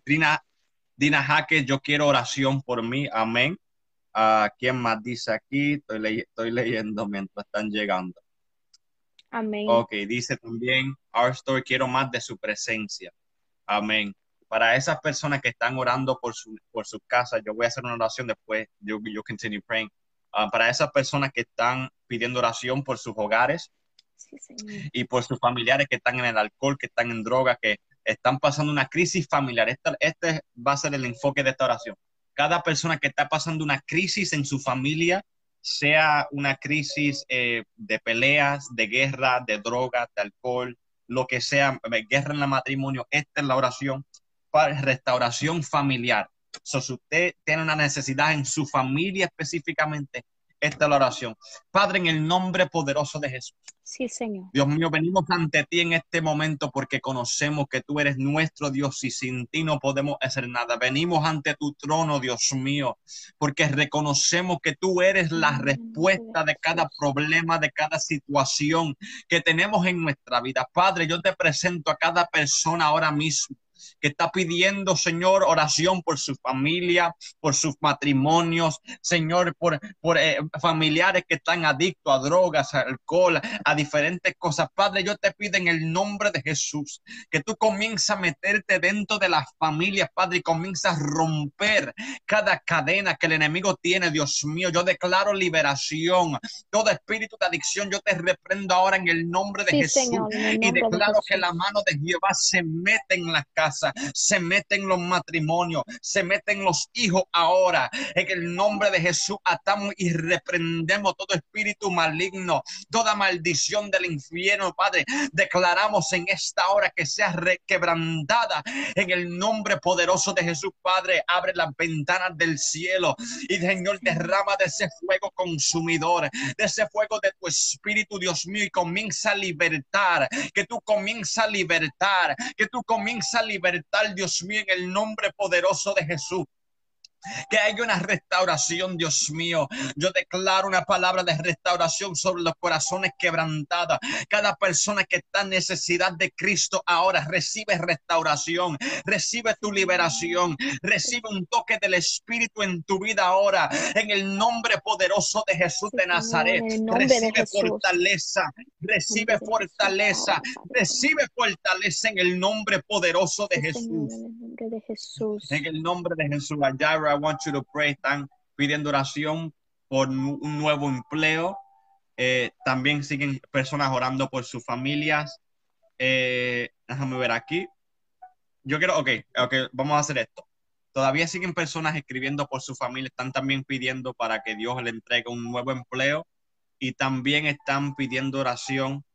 Dina Jaque, yo quiero oración por mí. Amén. ¿Quién más dice aquí? Estoy leyendo mientras están llegando. Amén. Ok, dice también Our Story, quiero más de su presencia. Amén. Para esas personas que están orando por sus casas, yo voy a hacer una oración después. You continue praying. Para esas personas que están pidiendo oración por sus hogares, sí, y por sus familiares que están en el alcohol, que están en drogas, que están pasando una crisis familiar. Este va a ser el enfoque de esta oración. Cada persona que está pasando una crisis en su familia, sea una crisis de peleas, de guerra, de drogas, de alcohol, lo que sea, guerra en el matrimonio, esta es la oración para restauración familiar. Si usted tiene una necesidad en su familia específicamente, esta es la oración. Padre, en el nombre poderoso de Jesús. Sí, Señor. Dios mío, venimos ante ti en este momento porque conocemos que tú eres nuestro Dios y sin ti no podemos hacer nada. Venimos ante tu trono, Dios mío, porque reconocemos que tú eres la respuesta de cada problema, de cada situación que tenemos en nuestra vida. Padre, yo te presento a cada persona ahora mismo que está pidiendo, Señor, oración por su familia, por sus matrimonios, Señor, por familiares que están adictos a drogas, a alcohol, a diferentes cosas. Padre, yo te pido en el nombre de Jesús que tú comiences a meterte dentro de las familias, Padre, y comienzas a romper cada cadena que el enemigo tiene, Dios mío. Yo declaro liberación. Todo espíritu de adicción, yo te reprendo ahora en el nombre de Jesús. Señor, en el y nombre declaro de que la mano de Jehová se mete en las casas. casa, se mete en los matrimonios, se mete en los hijos ahora. En el nombre de Jesús atamos y reprendemos todo espíritu maligno, toda maldición del infierno, Padre. Declaramos en esta hora que sea requebrantada en el nombre poderoso de Jesús, Padre. Abre las ventanas del cielo y, Señor, derrama de ese fuego consumidor, de ese fuego de tu espíritu, Dios mío, y comienza a libertar, que tú comienzas a libertar, que tú comienzas a libertar, Dios mío, en el nombre poderoso de Jesús. Que haya una restauración, Dios mío. Yo declaro una palabra de restauración sobre los corazones quebrantados. Cada persona que está en necesidad de Cristo ahora recibe restauración, recibe tu liberación, recibe un toque del Espíritu en tu vida ahora. En el nombre poderoso de Jesús de Nazaret, recibe fortaleza, recibe fortaleza, recibe fortaleza en el nombre poderoso de Jesús. En el nombre de Jesús. Jaira, I want you to pray. Están pidiendo oración por un nuevo empleo. También siguen personas orando por sus familias. Déjame ver aquí. Yo quiero, ok, vamos a hacer esto. Todavía siguen personas escribiendo por su familia. Están también pidiendo para que Dios le entregue un nuevo empleo. Y también están pidiendo oración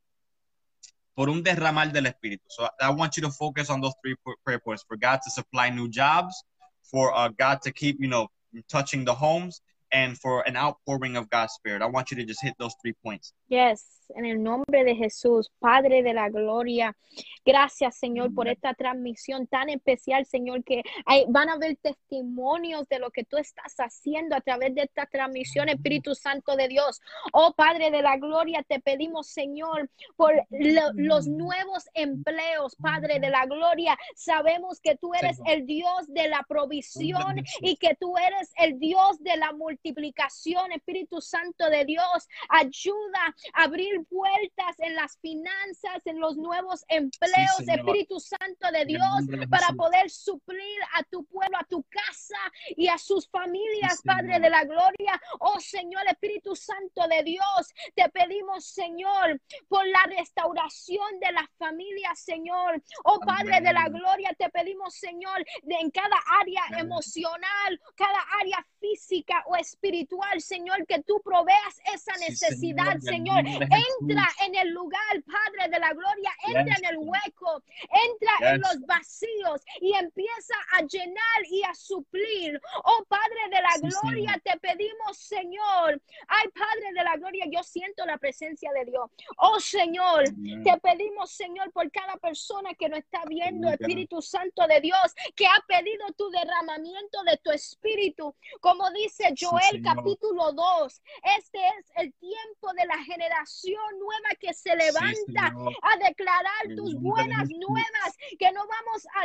por un derramar del Espíritu. So I want you to focus on those three prayer points. For God to supply new jobs, for God to keep, touching the homes, and for an outpouring of God's Spirit. I want you to just hit those 3 points. Yes, en el nombre de Jesús, Padre de la gloria. Gracias, Señor, por esta transmisión tan especial, Señor, que van a haber testimonios de lo que tú estás haciendo a través de esta transmisión, Espíritu Santo de Dios. Oh, Padre de la gloria, te pedimos, Señor, por los nuevos empleos, Padre de la gloria. Sabemos que tú eres el Dios de la provisión y que tú eres el Dios de la multiplicación, Espíritu Santo de Dios. Ayuda a abrir puertas en las finanzas, en los nuevos empleos, sí, Espíritu Santo de Dios, para poder suplir a tu pueblo, a tu casa y a sus familias, sí, Padre de la gloria. Oh, Señor, Espíritu Santo de Dios, te pedimos, Señor, por la restauración de las familias, Señor. Oh, Padre de la gloria, te pedimos, Señor, en cada área emocional, cada área física o espiritual, Señor, que tú proveas esa necesidad, Señor. Entra en el lugar, Padre de la gloria, entra en el hueco, entra en los vacíos y empieza a llenar y a suplir. Oh, Padre de la gloria, te pedimos, Señor. Ay, Padre de la gloria, yo siento la presencia de Dios. Oh, Señor, te pedimos, Señor, por cada persona que nos está viendo, Espíritu Santo de Dios, que ha pedido tu derramamiento de tu Espíritu. Como dice Joel capítulo 2, este es el tiempo de la generación nueva que se levanta a declarar tus buenas nuevas, que no vamos a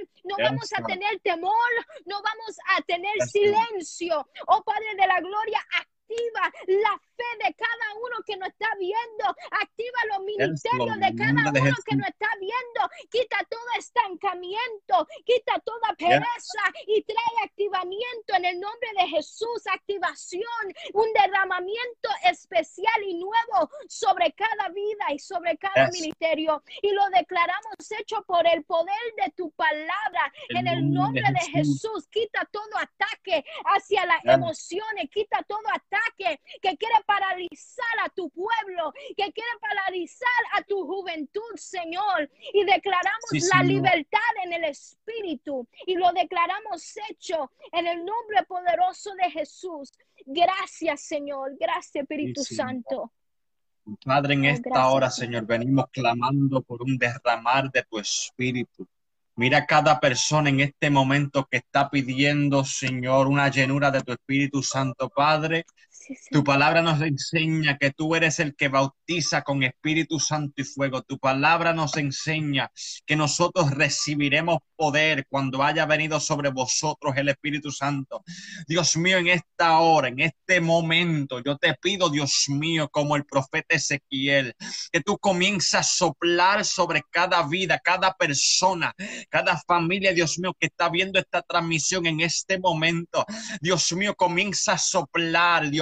tener temor, no vamos a tener silencio. Oh, Padre de la gloria, activa la fe de cada uno que nos está viendo, activa los ministerios de cada uno que nos está viendo, quita todo estancamiento, quita toda pereza y trae activamiento en el nombre de Jesús, activación, un derramamiento especial y nuevo sobre cada vida y sobre cada ministerio, y lo declaramos hecho por el poder de tu palabra en el nombre de Jesús. Quita todo ataque hacia las emociones, quita todo ataque que quiere paralizar a tu pueblo, que quiere paralizar a tu juventud, Señor, y declaramos la libertad en el Espíritu y lo declaramos hecho en el nombre poderoso de Jesús. Gracias, Señor. Gracias, Espíritu Santo. Padre, en esta hora, Señor, venimos clamando por un derramar de tu Espíritu. Mira cada persona en este momento que está pidiendo, Señor, una llenura de tu Espíritu Santo, Padre. Tu palabra nos enseña que tú eres el que bautiza con Espíritu Santo y fuego. Tu palabra nos enseña que nosotros recibiremos poder cuando haya venido sobre vosotros el Espíritu Santo. Dios mío, en esta hora, en este momento, yo te pido, Dios mío, como el profeta Ezequiel, que tú comiences a soplar sobre cada vida, cada persona, cada familia, Dios mío, que está viendo esta transmisión en este momento. Dios mío, comienza a soplar, Dios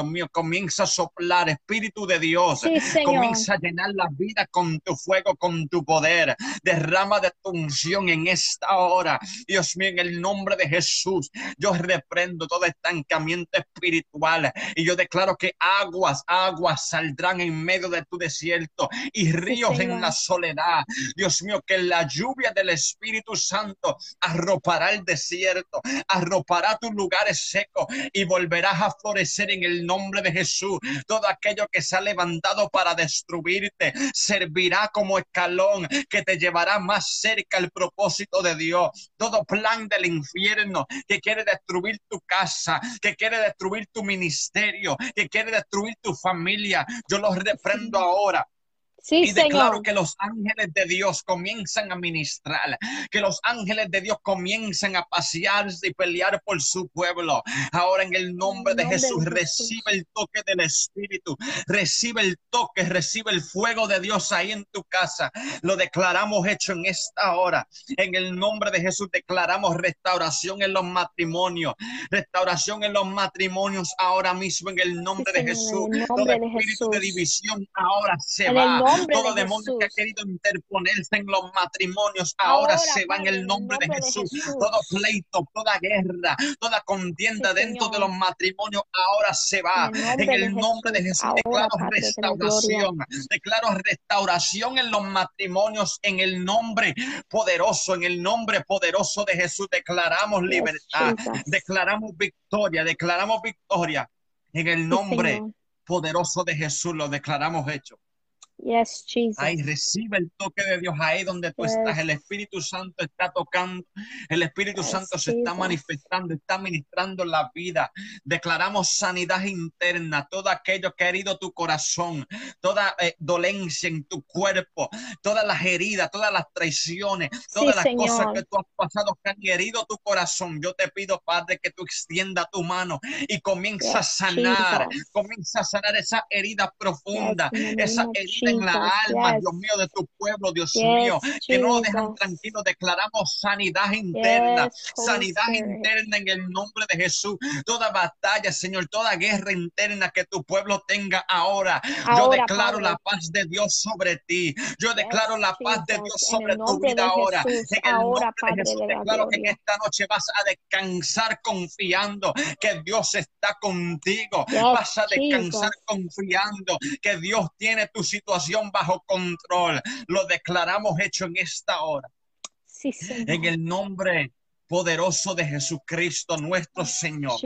Dios mío, comienza a soplar, Espíritu de Dios. Sí, Señor. Comienza a llenar la vida con tu fuego, con tu poder. Derrama de tu unción en esta hora. Dios mío, en el nombre de Jesús, yo reprendo todo estancamiento espiritual y yo declaro que aguas saldrán en medio de tu desierto y ríos en la soledad. Dios mío, que la lluvia del Espíritu Santo arropará el desierto, arropará tus lugares secos y volverás a florecer en el nombre de Jesús. Todo aquello que se ha levantado para destruirte servirá como escalón que te llevará más cerca al propósito de Dios. Todo plan del infierno que quiere destruir tu casa, que quiere destruir tu ministerio, que quiere destruir tu familia, yo los reprendo ahora. Sí, y declaro Señor. que los ángeles de Dios comienzan a ministrar, que los ángeles de Dios comienzan a pasearse y pelear por su pueblo. Ahora en el nombre de Jesús, recibe el toque del Espíritu, recibe el toque, recibe el fuego de Dios ahí en tu casa. Lo declaramos hecho en esta hora. En el nombre de Jesús declaramos restauración en los matrimonios, restauración en los matrimonios ahora mismo en el nombre de Jesús. Todo espíritu de división ahora se va. Todo demonio que ha querido interponerse en los matrimonios ahora se va en el nombre de Jesús. Todo pleito, toda guerra, toda contienda dentro de los matrimonios ahora se va. En el nombre de Jesús declaro restauración. Declaro restauración en los matrimonios en el nombre poderoso, en el nombre poderoso de Jesús. Declaramos libertad, declaramos victoria, declaramos victoria. En el nombre poderoso de Jesús lo declaramos hecho. Yes, Jesus. Ahí recibe el toque de Dios, ahí donde tú estás. El Espíritu Santo está tocando, el Espíritu Santo se está manifestando, está ministrando la vida. Declaramos sanidad interna, todo aquello que ha herido tu corazón, toda dolencia en tu cuerpo, todas las heridas, todas las traiciones, todas las cosas que tú has pasado que han herido tu corazón. Yo te pido, Padre, que tú extienda tu mano y comienza a sanar, comienza a sanar esa herida profunda, esa herida en la alma, Dios mío, de tu pueblo, Dios mío, que no lo dejan tranquilo. Declaramos sanidad interna, sanidad interna en el nombre de Jesús. Toda batalla, Señor, toda guerra interna que tu pueblo tenga ahora, yo declaro la paz de Dios sobre ti. Yo declaro la paz de Dios sobre tu vida ahora. En el nombre de Jesús declaro que en esta noche vas a descansar confiando que Dios está contigo. Vas a descansar confiando que Dios tiene tu situación bajo control. Lo declaramos hecho en esta hora. Sí, Señor. En el nombre poderoso de Jesucristo nuestro Señor.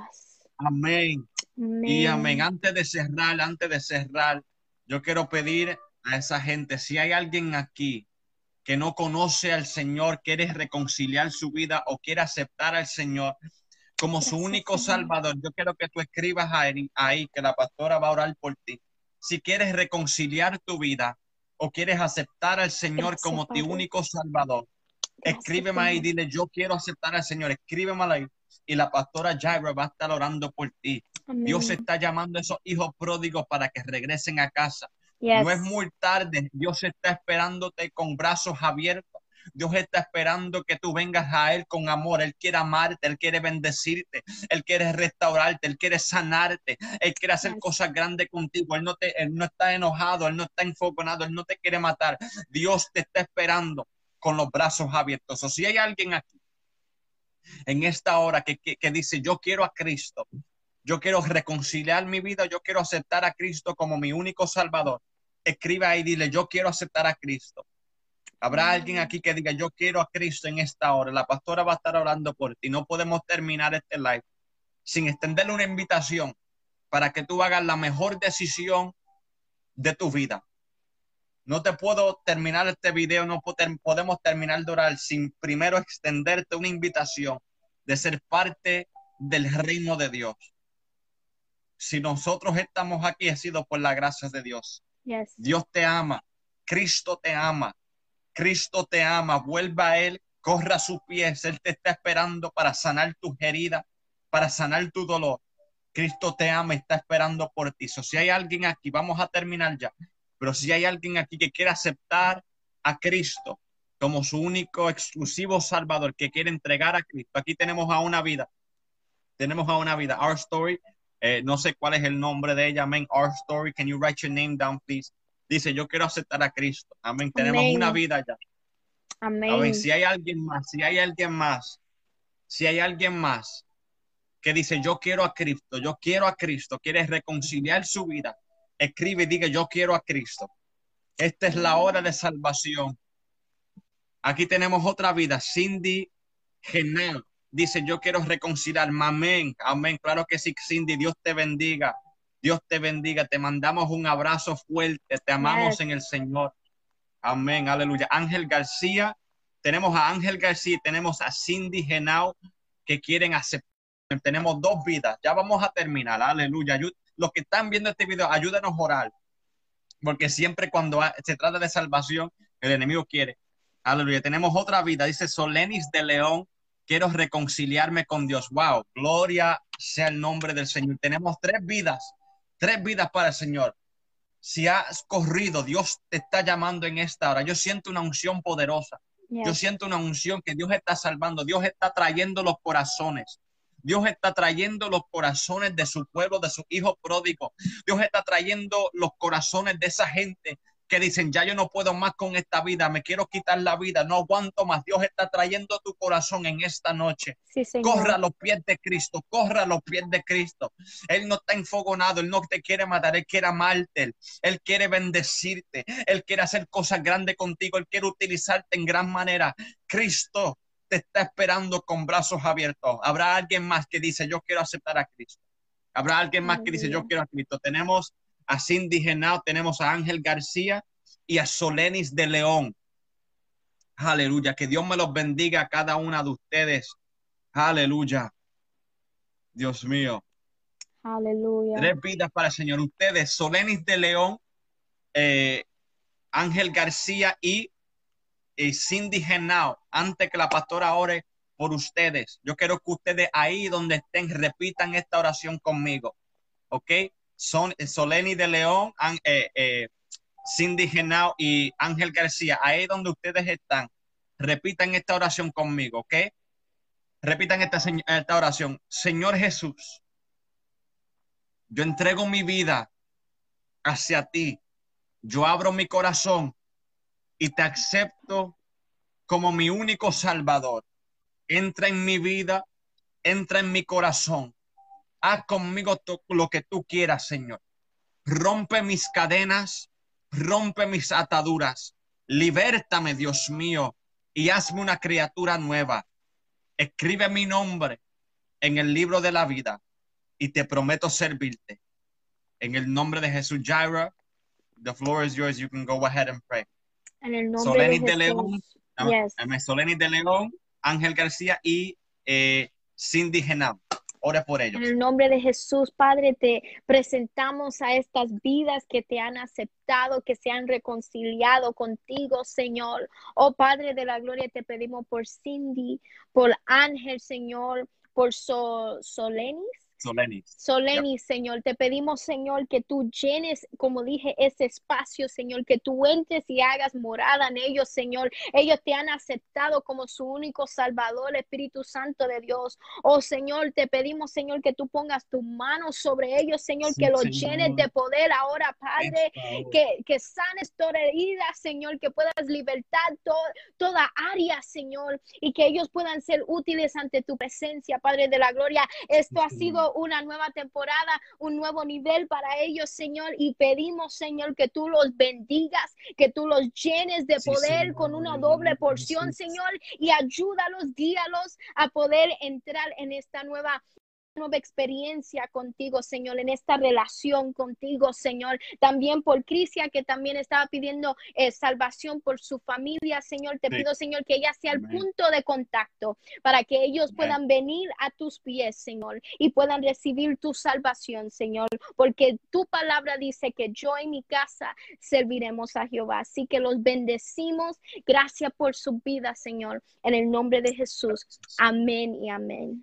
Amén. Y amén. Antes de cerrar, yo quiero pedir a esa gente, si hay alguien aquí que no conoce al Señor, quiere reconciliar su vida o quiere aceptar al Señor como su único Salvador, yo quiero que tú escribas ahí que la pastora va a orar por ti. Si quieres reconciliar tu vida o quieres aceptar al Señor como tu único Salvador, escríbeme ahí, dile yo quiero aceptar al Señor, escríbeme ahí y la pastora Jaira va a estar orando por ti. Amén. Dios está llamando a esos hijos pródigos para que regresen a casa. No es muy tarde, Dios está esperándote con brazos abiertos. Dios está esperando que tú vengas a Él con amor. Él quiere amarte, Él quiere bendecirte, Él quiere restaurarte, Él quiere sanarte, Él quiere hacer cosas grandes contigo. Él no está enojado, Él no está enfogonado, Él no te quiere matar. Dios te está esperando con los brazos abiertos. O si hay alguien aquí en esta hora que dice yo quiero a Cristo, yo quiero reconciliar mi vida, yo quiero aceptar a Cristo como mi único Salvador, escribe ahí, dile yo quiero aceptar a Cristo. Habrá alguien aquí que diga yo quiero a Cristo en esta hora. La pastora va a estar orando por ti. No podemos terminar este live sin extenderle una invitación para que tú hagas la mejor decisión de tu vida. No te puedo terminar este video, no podemos terminar de orar sin primero extenderte una invitación de ser parte del reino de Dios. Si nosotros estamos aquí ha sido por la gracia de Dios. Dios te ama, Cristo te ama. Cristo te ama, vuelva a Él, corra a sus pies, Él te está esperando para sanar tus heridas, para sanar tu dolor. Cristo te ama y está esperando por ti. Si hay alguien aquí, vamos a terminar ya, pero si hay alguien aquí que quiere aceptar a Cristo como su único exclusivo Salvador, que quiere entregar a Cristo, aquí tenemos a una vida, Our Story. no sé cuál es el nombre de ella, amén. Our Story, can you write your name down, please? Dice, yo quiero aceptar a Cristo, amén. Tenemos una vida ya. Amén. Si hay alguien más, si hay alguien más, si hay alguien más que dice, yo quiero a Cristo, quiere reconciliar su vida, escribe y diga, yo quiero a Cristo. Esta es la hora de salvación. Aquí tenemos otra vida, Cindy Genal. Dice, yo quiero reconciliarme. Amén, amén. Claro que sí, Cindy, Dios te bendiga. Dios te bendiga. Te mandamos un abrazo fuerte. Te amamos en el Señor. Amén, aleluya. Ángel García. Tenemos a Ángel García y tenemos a Cindy Genao que quieren aceptar. Tenemos dos vidas. Ya vamos a terminar. Aleluya. Los que están viendo este video, ayúdanos a orar. Porque siempre cuando se trata de salvación, el enemigo quiere. Aleluya. Tenemos otra vida. Dice Solenis de León. Quiero reconciliarme con Dios. Wow. Gloria sea el nombre del Señor. Tenemos tres vidas para el Señor. Si has corrido, Dios te está llamando en esta hora. Yo siento una unción poderosa. Yo siento una unción que Dios está salvando. Dios está trayendo los corazones. Dios está trayendo los corazones de su pueblo, de sus hijos pródigos. Dios está trayendo los corazones de esa gente que dicen, ya yo no puedo más con esta vida, me quiero quitar la vida, no aguanto más. Dios está trayendo tu corazón en esta noche. Sí, corra a los pies de Cristo, corra a los pies de Cristo. Él no está enfogonado, Él no te quiere matar, Él quiere amarte, Él quiere bendecirte, Él quiere hacer cosas grandes contigo, Él quiere utilizarte en gran manera. Cristo te está esperando con brazos abiertos. Habrá alguien más que dice, yo quiero aceptar a Cristo. Habrá alguien más que dice, yo quiero a Cristo. Tenemos a Cindy Genao, tenemos a Ángel García y a Solenis de León. Aleluya, que Dios me los bendiga a cada una de ustedes. Aleluya. Dios mío. Aleluya. Tres vidas para el Señor. Ustedes, Solenis de León, Ángel García y Cindy Genao. Antes que la pastora ore por ustedes, yo quiero que ustedes ahí donde estén repitan esta oración conmigo. ¿Ok? Son Solenis de León, Cindy Genao y Ángel García. Ahí donde ustedes están, repitan esta oración conmigo, ¿ok? Repitan esta oración. Señor Jesús, yo entrego mi vida hacia ti. Yo abro mi corazón y te acepto como mi único Salvador. Entra en mi vida, entra en mi corazón. Haz conmigo lo que tú quieras, Señor. Rompe mis cadenas, rompe mis ataduras. Libértame, Dios mío, y hazme una criatura nueva. Escribe mi nombre en el libro de la vida y te prometo servirte. En el nombre de Jesús. Jaira, the floor is yours. You can go ahead and pray. En el nombre Solenis de de León, Solenis de León, Ángel García y Cindy Genao. Ore por ellos. En el nombre de Jesús, Padre, te presentamos a estas vidas que te han aceptado, que se han reconciliado contigo, Señor. Oh Padre de la gloria, te pedimos por Cindy, por Ángel, Señor, por Solenis. Yep. Señor, te pedimos, Señor, que tú llenes, como dije, ese espacio, Señor, que tú entres y hagas morada en ellos, Señor. Ellos te han aceptado como su único Salvador, Espíritu Santo de Dios. Oh, Señor, te pedimos, Señor, que tú pongas tu mano sobre ellos, Señor, sí, que los llenes de poder ahora, Padre, que sanes toda herida, Señor, que puedas libertar toda área, Señor, y que ellos puedan ser útiles ante tu presencia, Padre de la gloria. Esto ha sido una nueva temporada, un nuevo nivel para ellos, Señor, y pedimos, Señor, que tú los bendigas, que tú los llenes de poder, Señor, con una doble porción, Señor, y ayúdalos, guíalos a poder entrar en esta nueva experiencia contigo, Señor, en esta relación contigo, Señor. También por Crisia, que también estaba pidiendo salvación por su familia, Señor. Te pido, Señor, que ella sea el punto de contacto para que ellos puedan venir a tus pies, Señor, y puedan recibir tu salvación, Señor, porque tu palabra dice que yo y mi casa serviremos a Jehová. Así que los bendecimos. Gracias por su vida, Señor, en el nombre de Jesús. Amén y amén.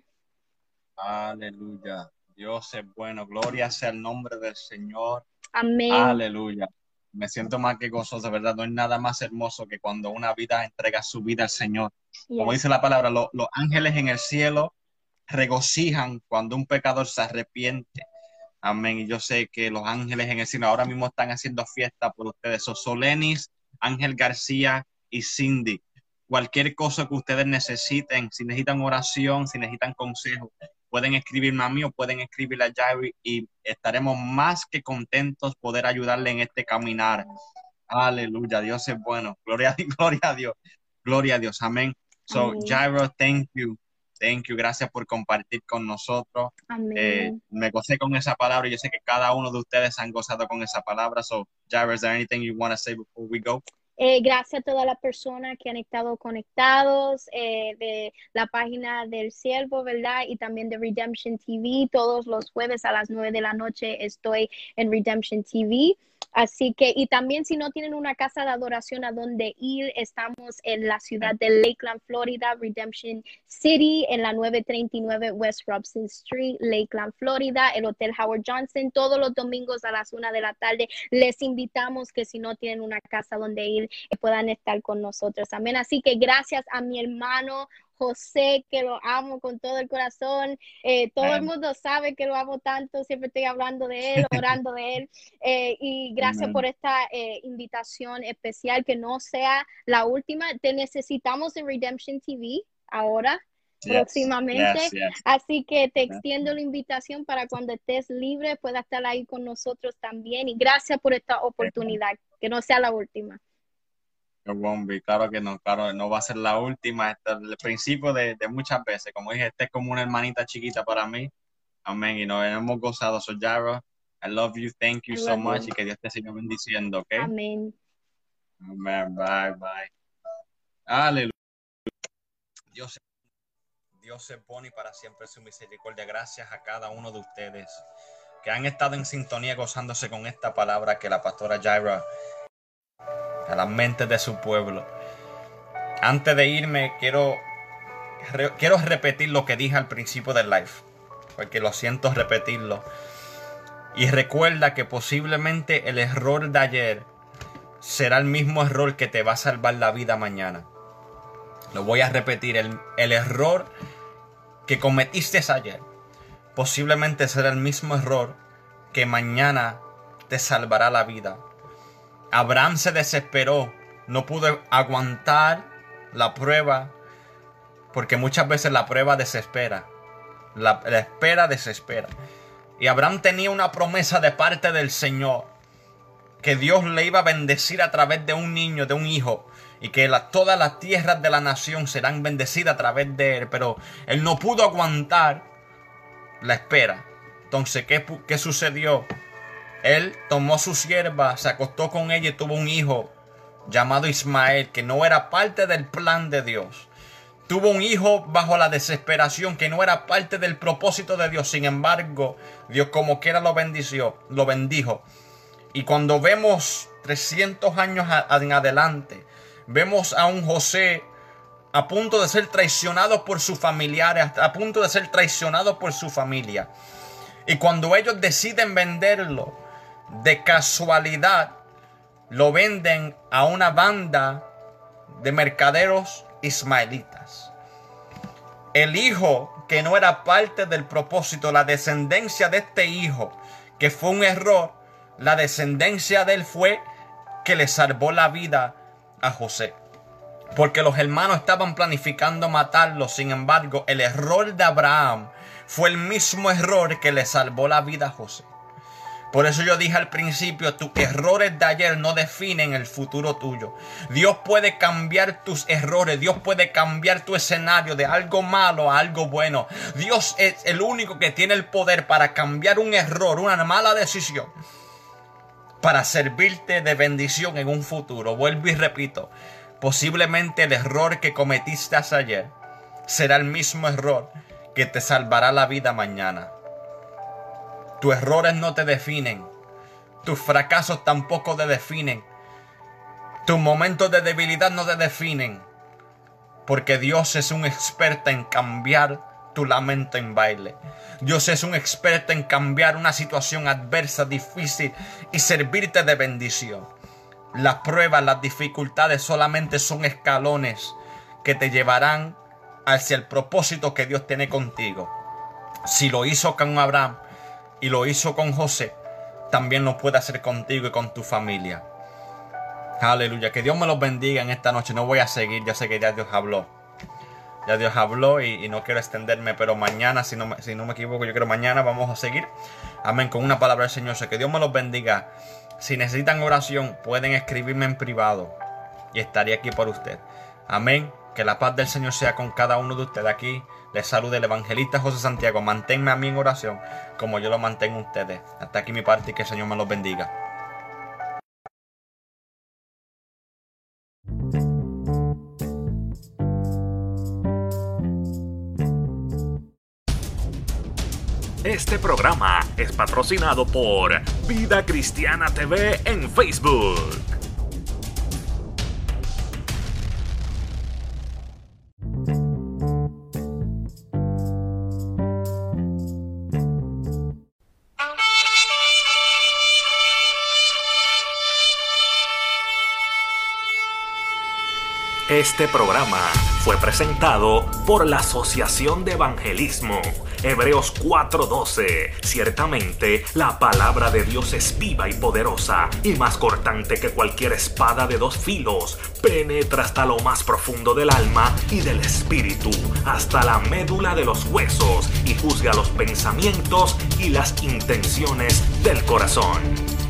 Aleluya. Dios es bueno. Gloria sea el nombre del Señor. Amén. Aleluya. Me siento más que gozoso, de verdad. No hay nada más hermoso que cuando una vida entrega su vida al Señor. Como dice la palabra, los ángeles en el cielo regocijan cuando un pecador se arrepiente. Amén. Y yo sé que los ángeles en el cielo ahora mismo están haciendo fiesta por ustedes. Solenis, Ángel García y Cindy. Cualquier cosa que ustedes necesiten, si necesitan oración, si necesitan consejo, pueden escribirme a mí o pueden escribirle a Jairi y estaremos más que contentos poder ayudarle en este caminar. Aleluya, Dios es bueno. Gloria, gloria a Dios. Gloria a Dios. Amén. So, Amén. Jairo, thank you. Thank you. Gracias por compartir con nosotros. Amén. Me gocé con esa palabra y yo sé que cada uno de ustedes han gozado con esa palabra. So, Jairo, is there anything you want to say before we go? Gracias a todas las personas que han estado conectados de la página del Siervo, ¿verdad? Y también de Redemption TV. Todos los jueves a las 9 de la noche estoy en Redemption TV. Así que, y también si no tienen una casa de adoración a donde ir, estamos en la ciudad de Lakeland, Florida, Redemption City, en la 939 West Robson Street, Lakeland, Florida, el Hotel Howard Johnson, todos los domingos a las 1 de la tarde. Les invitamos que si no tienen una casa donde ir, puedan estar con nosotros. Amén. Así que gracias a mi hermano José, que lo amo con todo el corazón. Todo el mundo sabe que lo amo tanto, siempre estoy hablando de él, orando de él. Y gracias por esta invitación especial, que no sea la última. Te necesitamos en Redemption TV ahora, próximamente. Así que te extiendo la invitación para cuando estés libre, puedas estar ahí con nosotros también. Y gracias por esta oportunidad, que no sea la última. Claro que no, claro, no va a ser la última. Este es el principio de muchas veces. Como dije, este es como una hermanita chiquita para mí. Amén. Y nos hemos gozado. So, Jairo, I love you. Thank you so much. Y que Dios te siga bendiciendo, ¿ok? Amén. Amén. Bye, bye. Aleluya. Dios se pone para siempre su misericordia. Gracias a cada uno de ustedes que han estado en sintonía gozándose con esta palabra que la pastora Jairo a la mente de su pueblo. Antes de irme, quiero repetir lo que dije al principio del live, porque lo siento repetirlo. Y recuerda que posiblemente el error de ayer será el mismo error que te va a salvar la vida mañana. Lo voy a repetir. El error que cometiste ayer posiblemente será el mismo error que mañana te salvará la vida. Abraham se desesperó, no pudo aguantar la prueba, porque muchas veces la prueba desespera, la espera desespera. Y Abraham tenía una promesa de parte del Señor, que Dios le iba a bendecir a través de un niño, de un hijo, y que todas las tierras de la nación serán bendecidas a través de él, pero él no pudo aguantar la espera. Entonces, ¿qué sucedió? Él tomó su sierva, se acostó con ella y tuvo un hijo llamado Ismael, que no era parte del plan de Dios. Tuvo un hijo bajo la desesperación, que no era parte del propósito de Dios. Sin embargo, Dios como quiera lo bendijo. Y cuando vemos 300 años en adelante, vemos a un José a punto de ser traicionado por sus familiares, a punto de ser traicionado por su familia. Y cuando ellos deciden venderlo, de casualidad, lo venden a una banda de mercaderos ismaelitas. El hijo que no era parte del propósito, la descendencia de este hijo, que fue un error, la descendencia de él fue que le salvó la vida a José. Porque los hermanos estaban planificando matarlo. Sin embargo, el error de Abraham fue el mismo error que le salvó la vida a José. Por eso yo dije al principio, tus errores de ayer no definen el futuro tuyo. Dios puede cambiar tus errores. Dios puede cambiar tu escenario de algo malo a algo bueno. Dios es el único que tiene el poder para cambiar un error, una mala decisión, para servirte de bendición en un futuro. Vuelvo y repito, posiblemente el error que cometiste ayer será el mismo error que te salvará la vida mañana. Tus errores no te definen. Tus fracasos tampoco te definen. Tus momentos de debilidad no te definen. Porque Dios es un experto en cambiar tu lamento en baile. Dios es un experto en cambiar una situación adversa, difícil, y servirte de bendición. Las pruebas, las dificultades solamente son escalones que te llevarán hacia el propósito que Dios tiene contigo. Si lo hizo con Abraham, y lo hizo con José, también lo puede hacer contigo y con tu familia. Aleluya. Que Dios me los bendiga en esta noche. No voy a seguir. Yo sé que ya Dios habló. Ya Dios habló y no quiero extenderme. Pero mañana, si no me equivoco, yo creo mañana vamos a seguir. Amén. Con una palabra del Señor. Que Dios me los bendiga. Si necesitan oración, pueden escribirme en privado. Y estaré aquí por usted. Amén. Que la paz del Señor sea con cada uno de ustedes aquí. Les saluda el evangelista José Santiago. Manténme a mí en oración como yo lo mantengo a ustedes. Hasta aquí mi parte y que el Señor me los bendiga. Este programa es patrocinado por Vida Cristiana TV en Facebook. Este programa fue presentado por la Asociación de Evangelismo. Hebreos 4:12. Ciertamente, la palabra de Dios es viva y poderosa, y más cortante que cualquier espada de dos filos. Penetra hasta lo más profundo del alma y del espíritu, hasta la médula de los huesos, y juzga los pensamientos y las intenciones del corazón.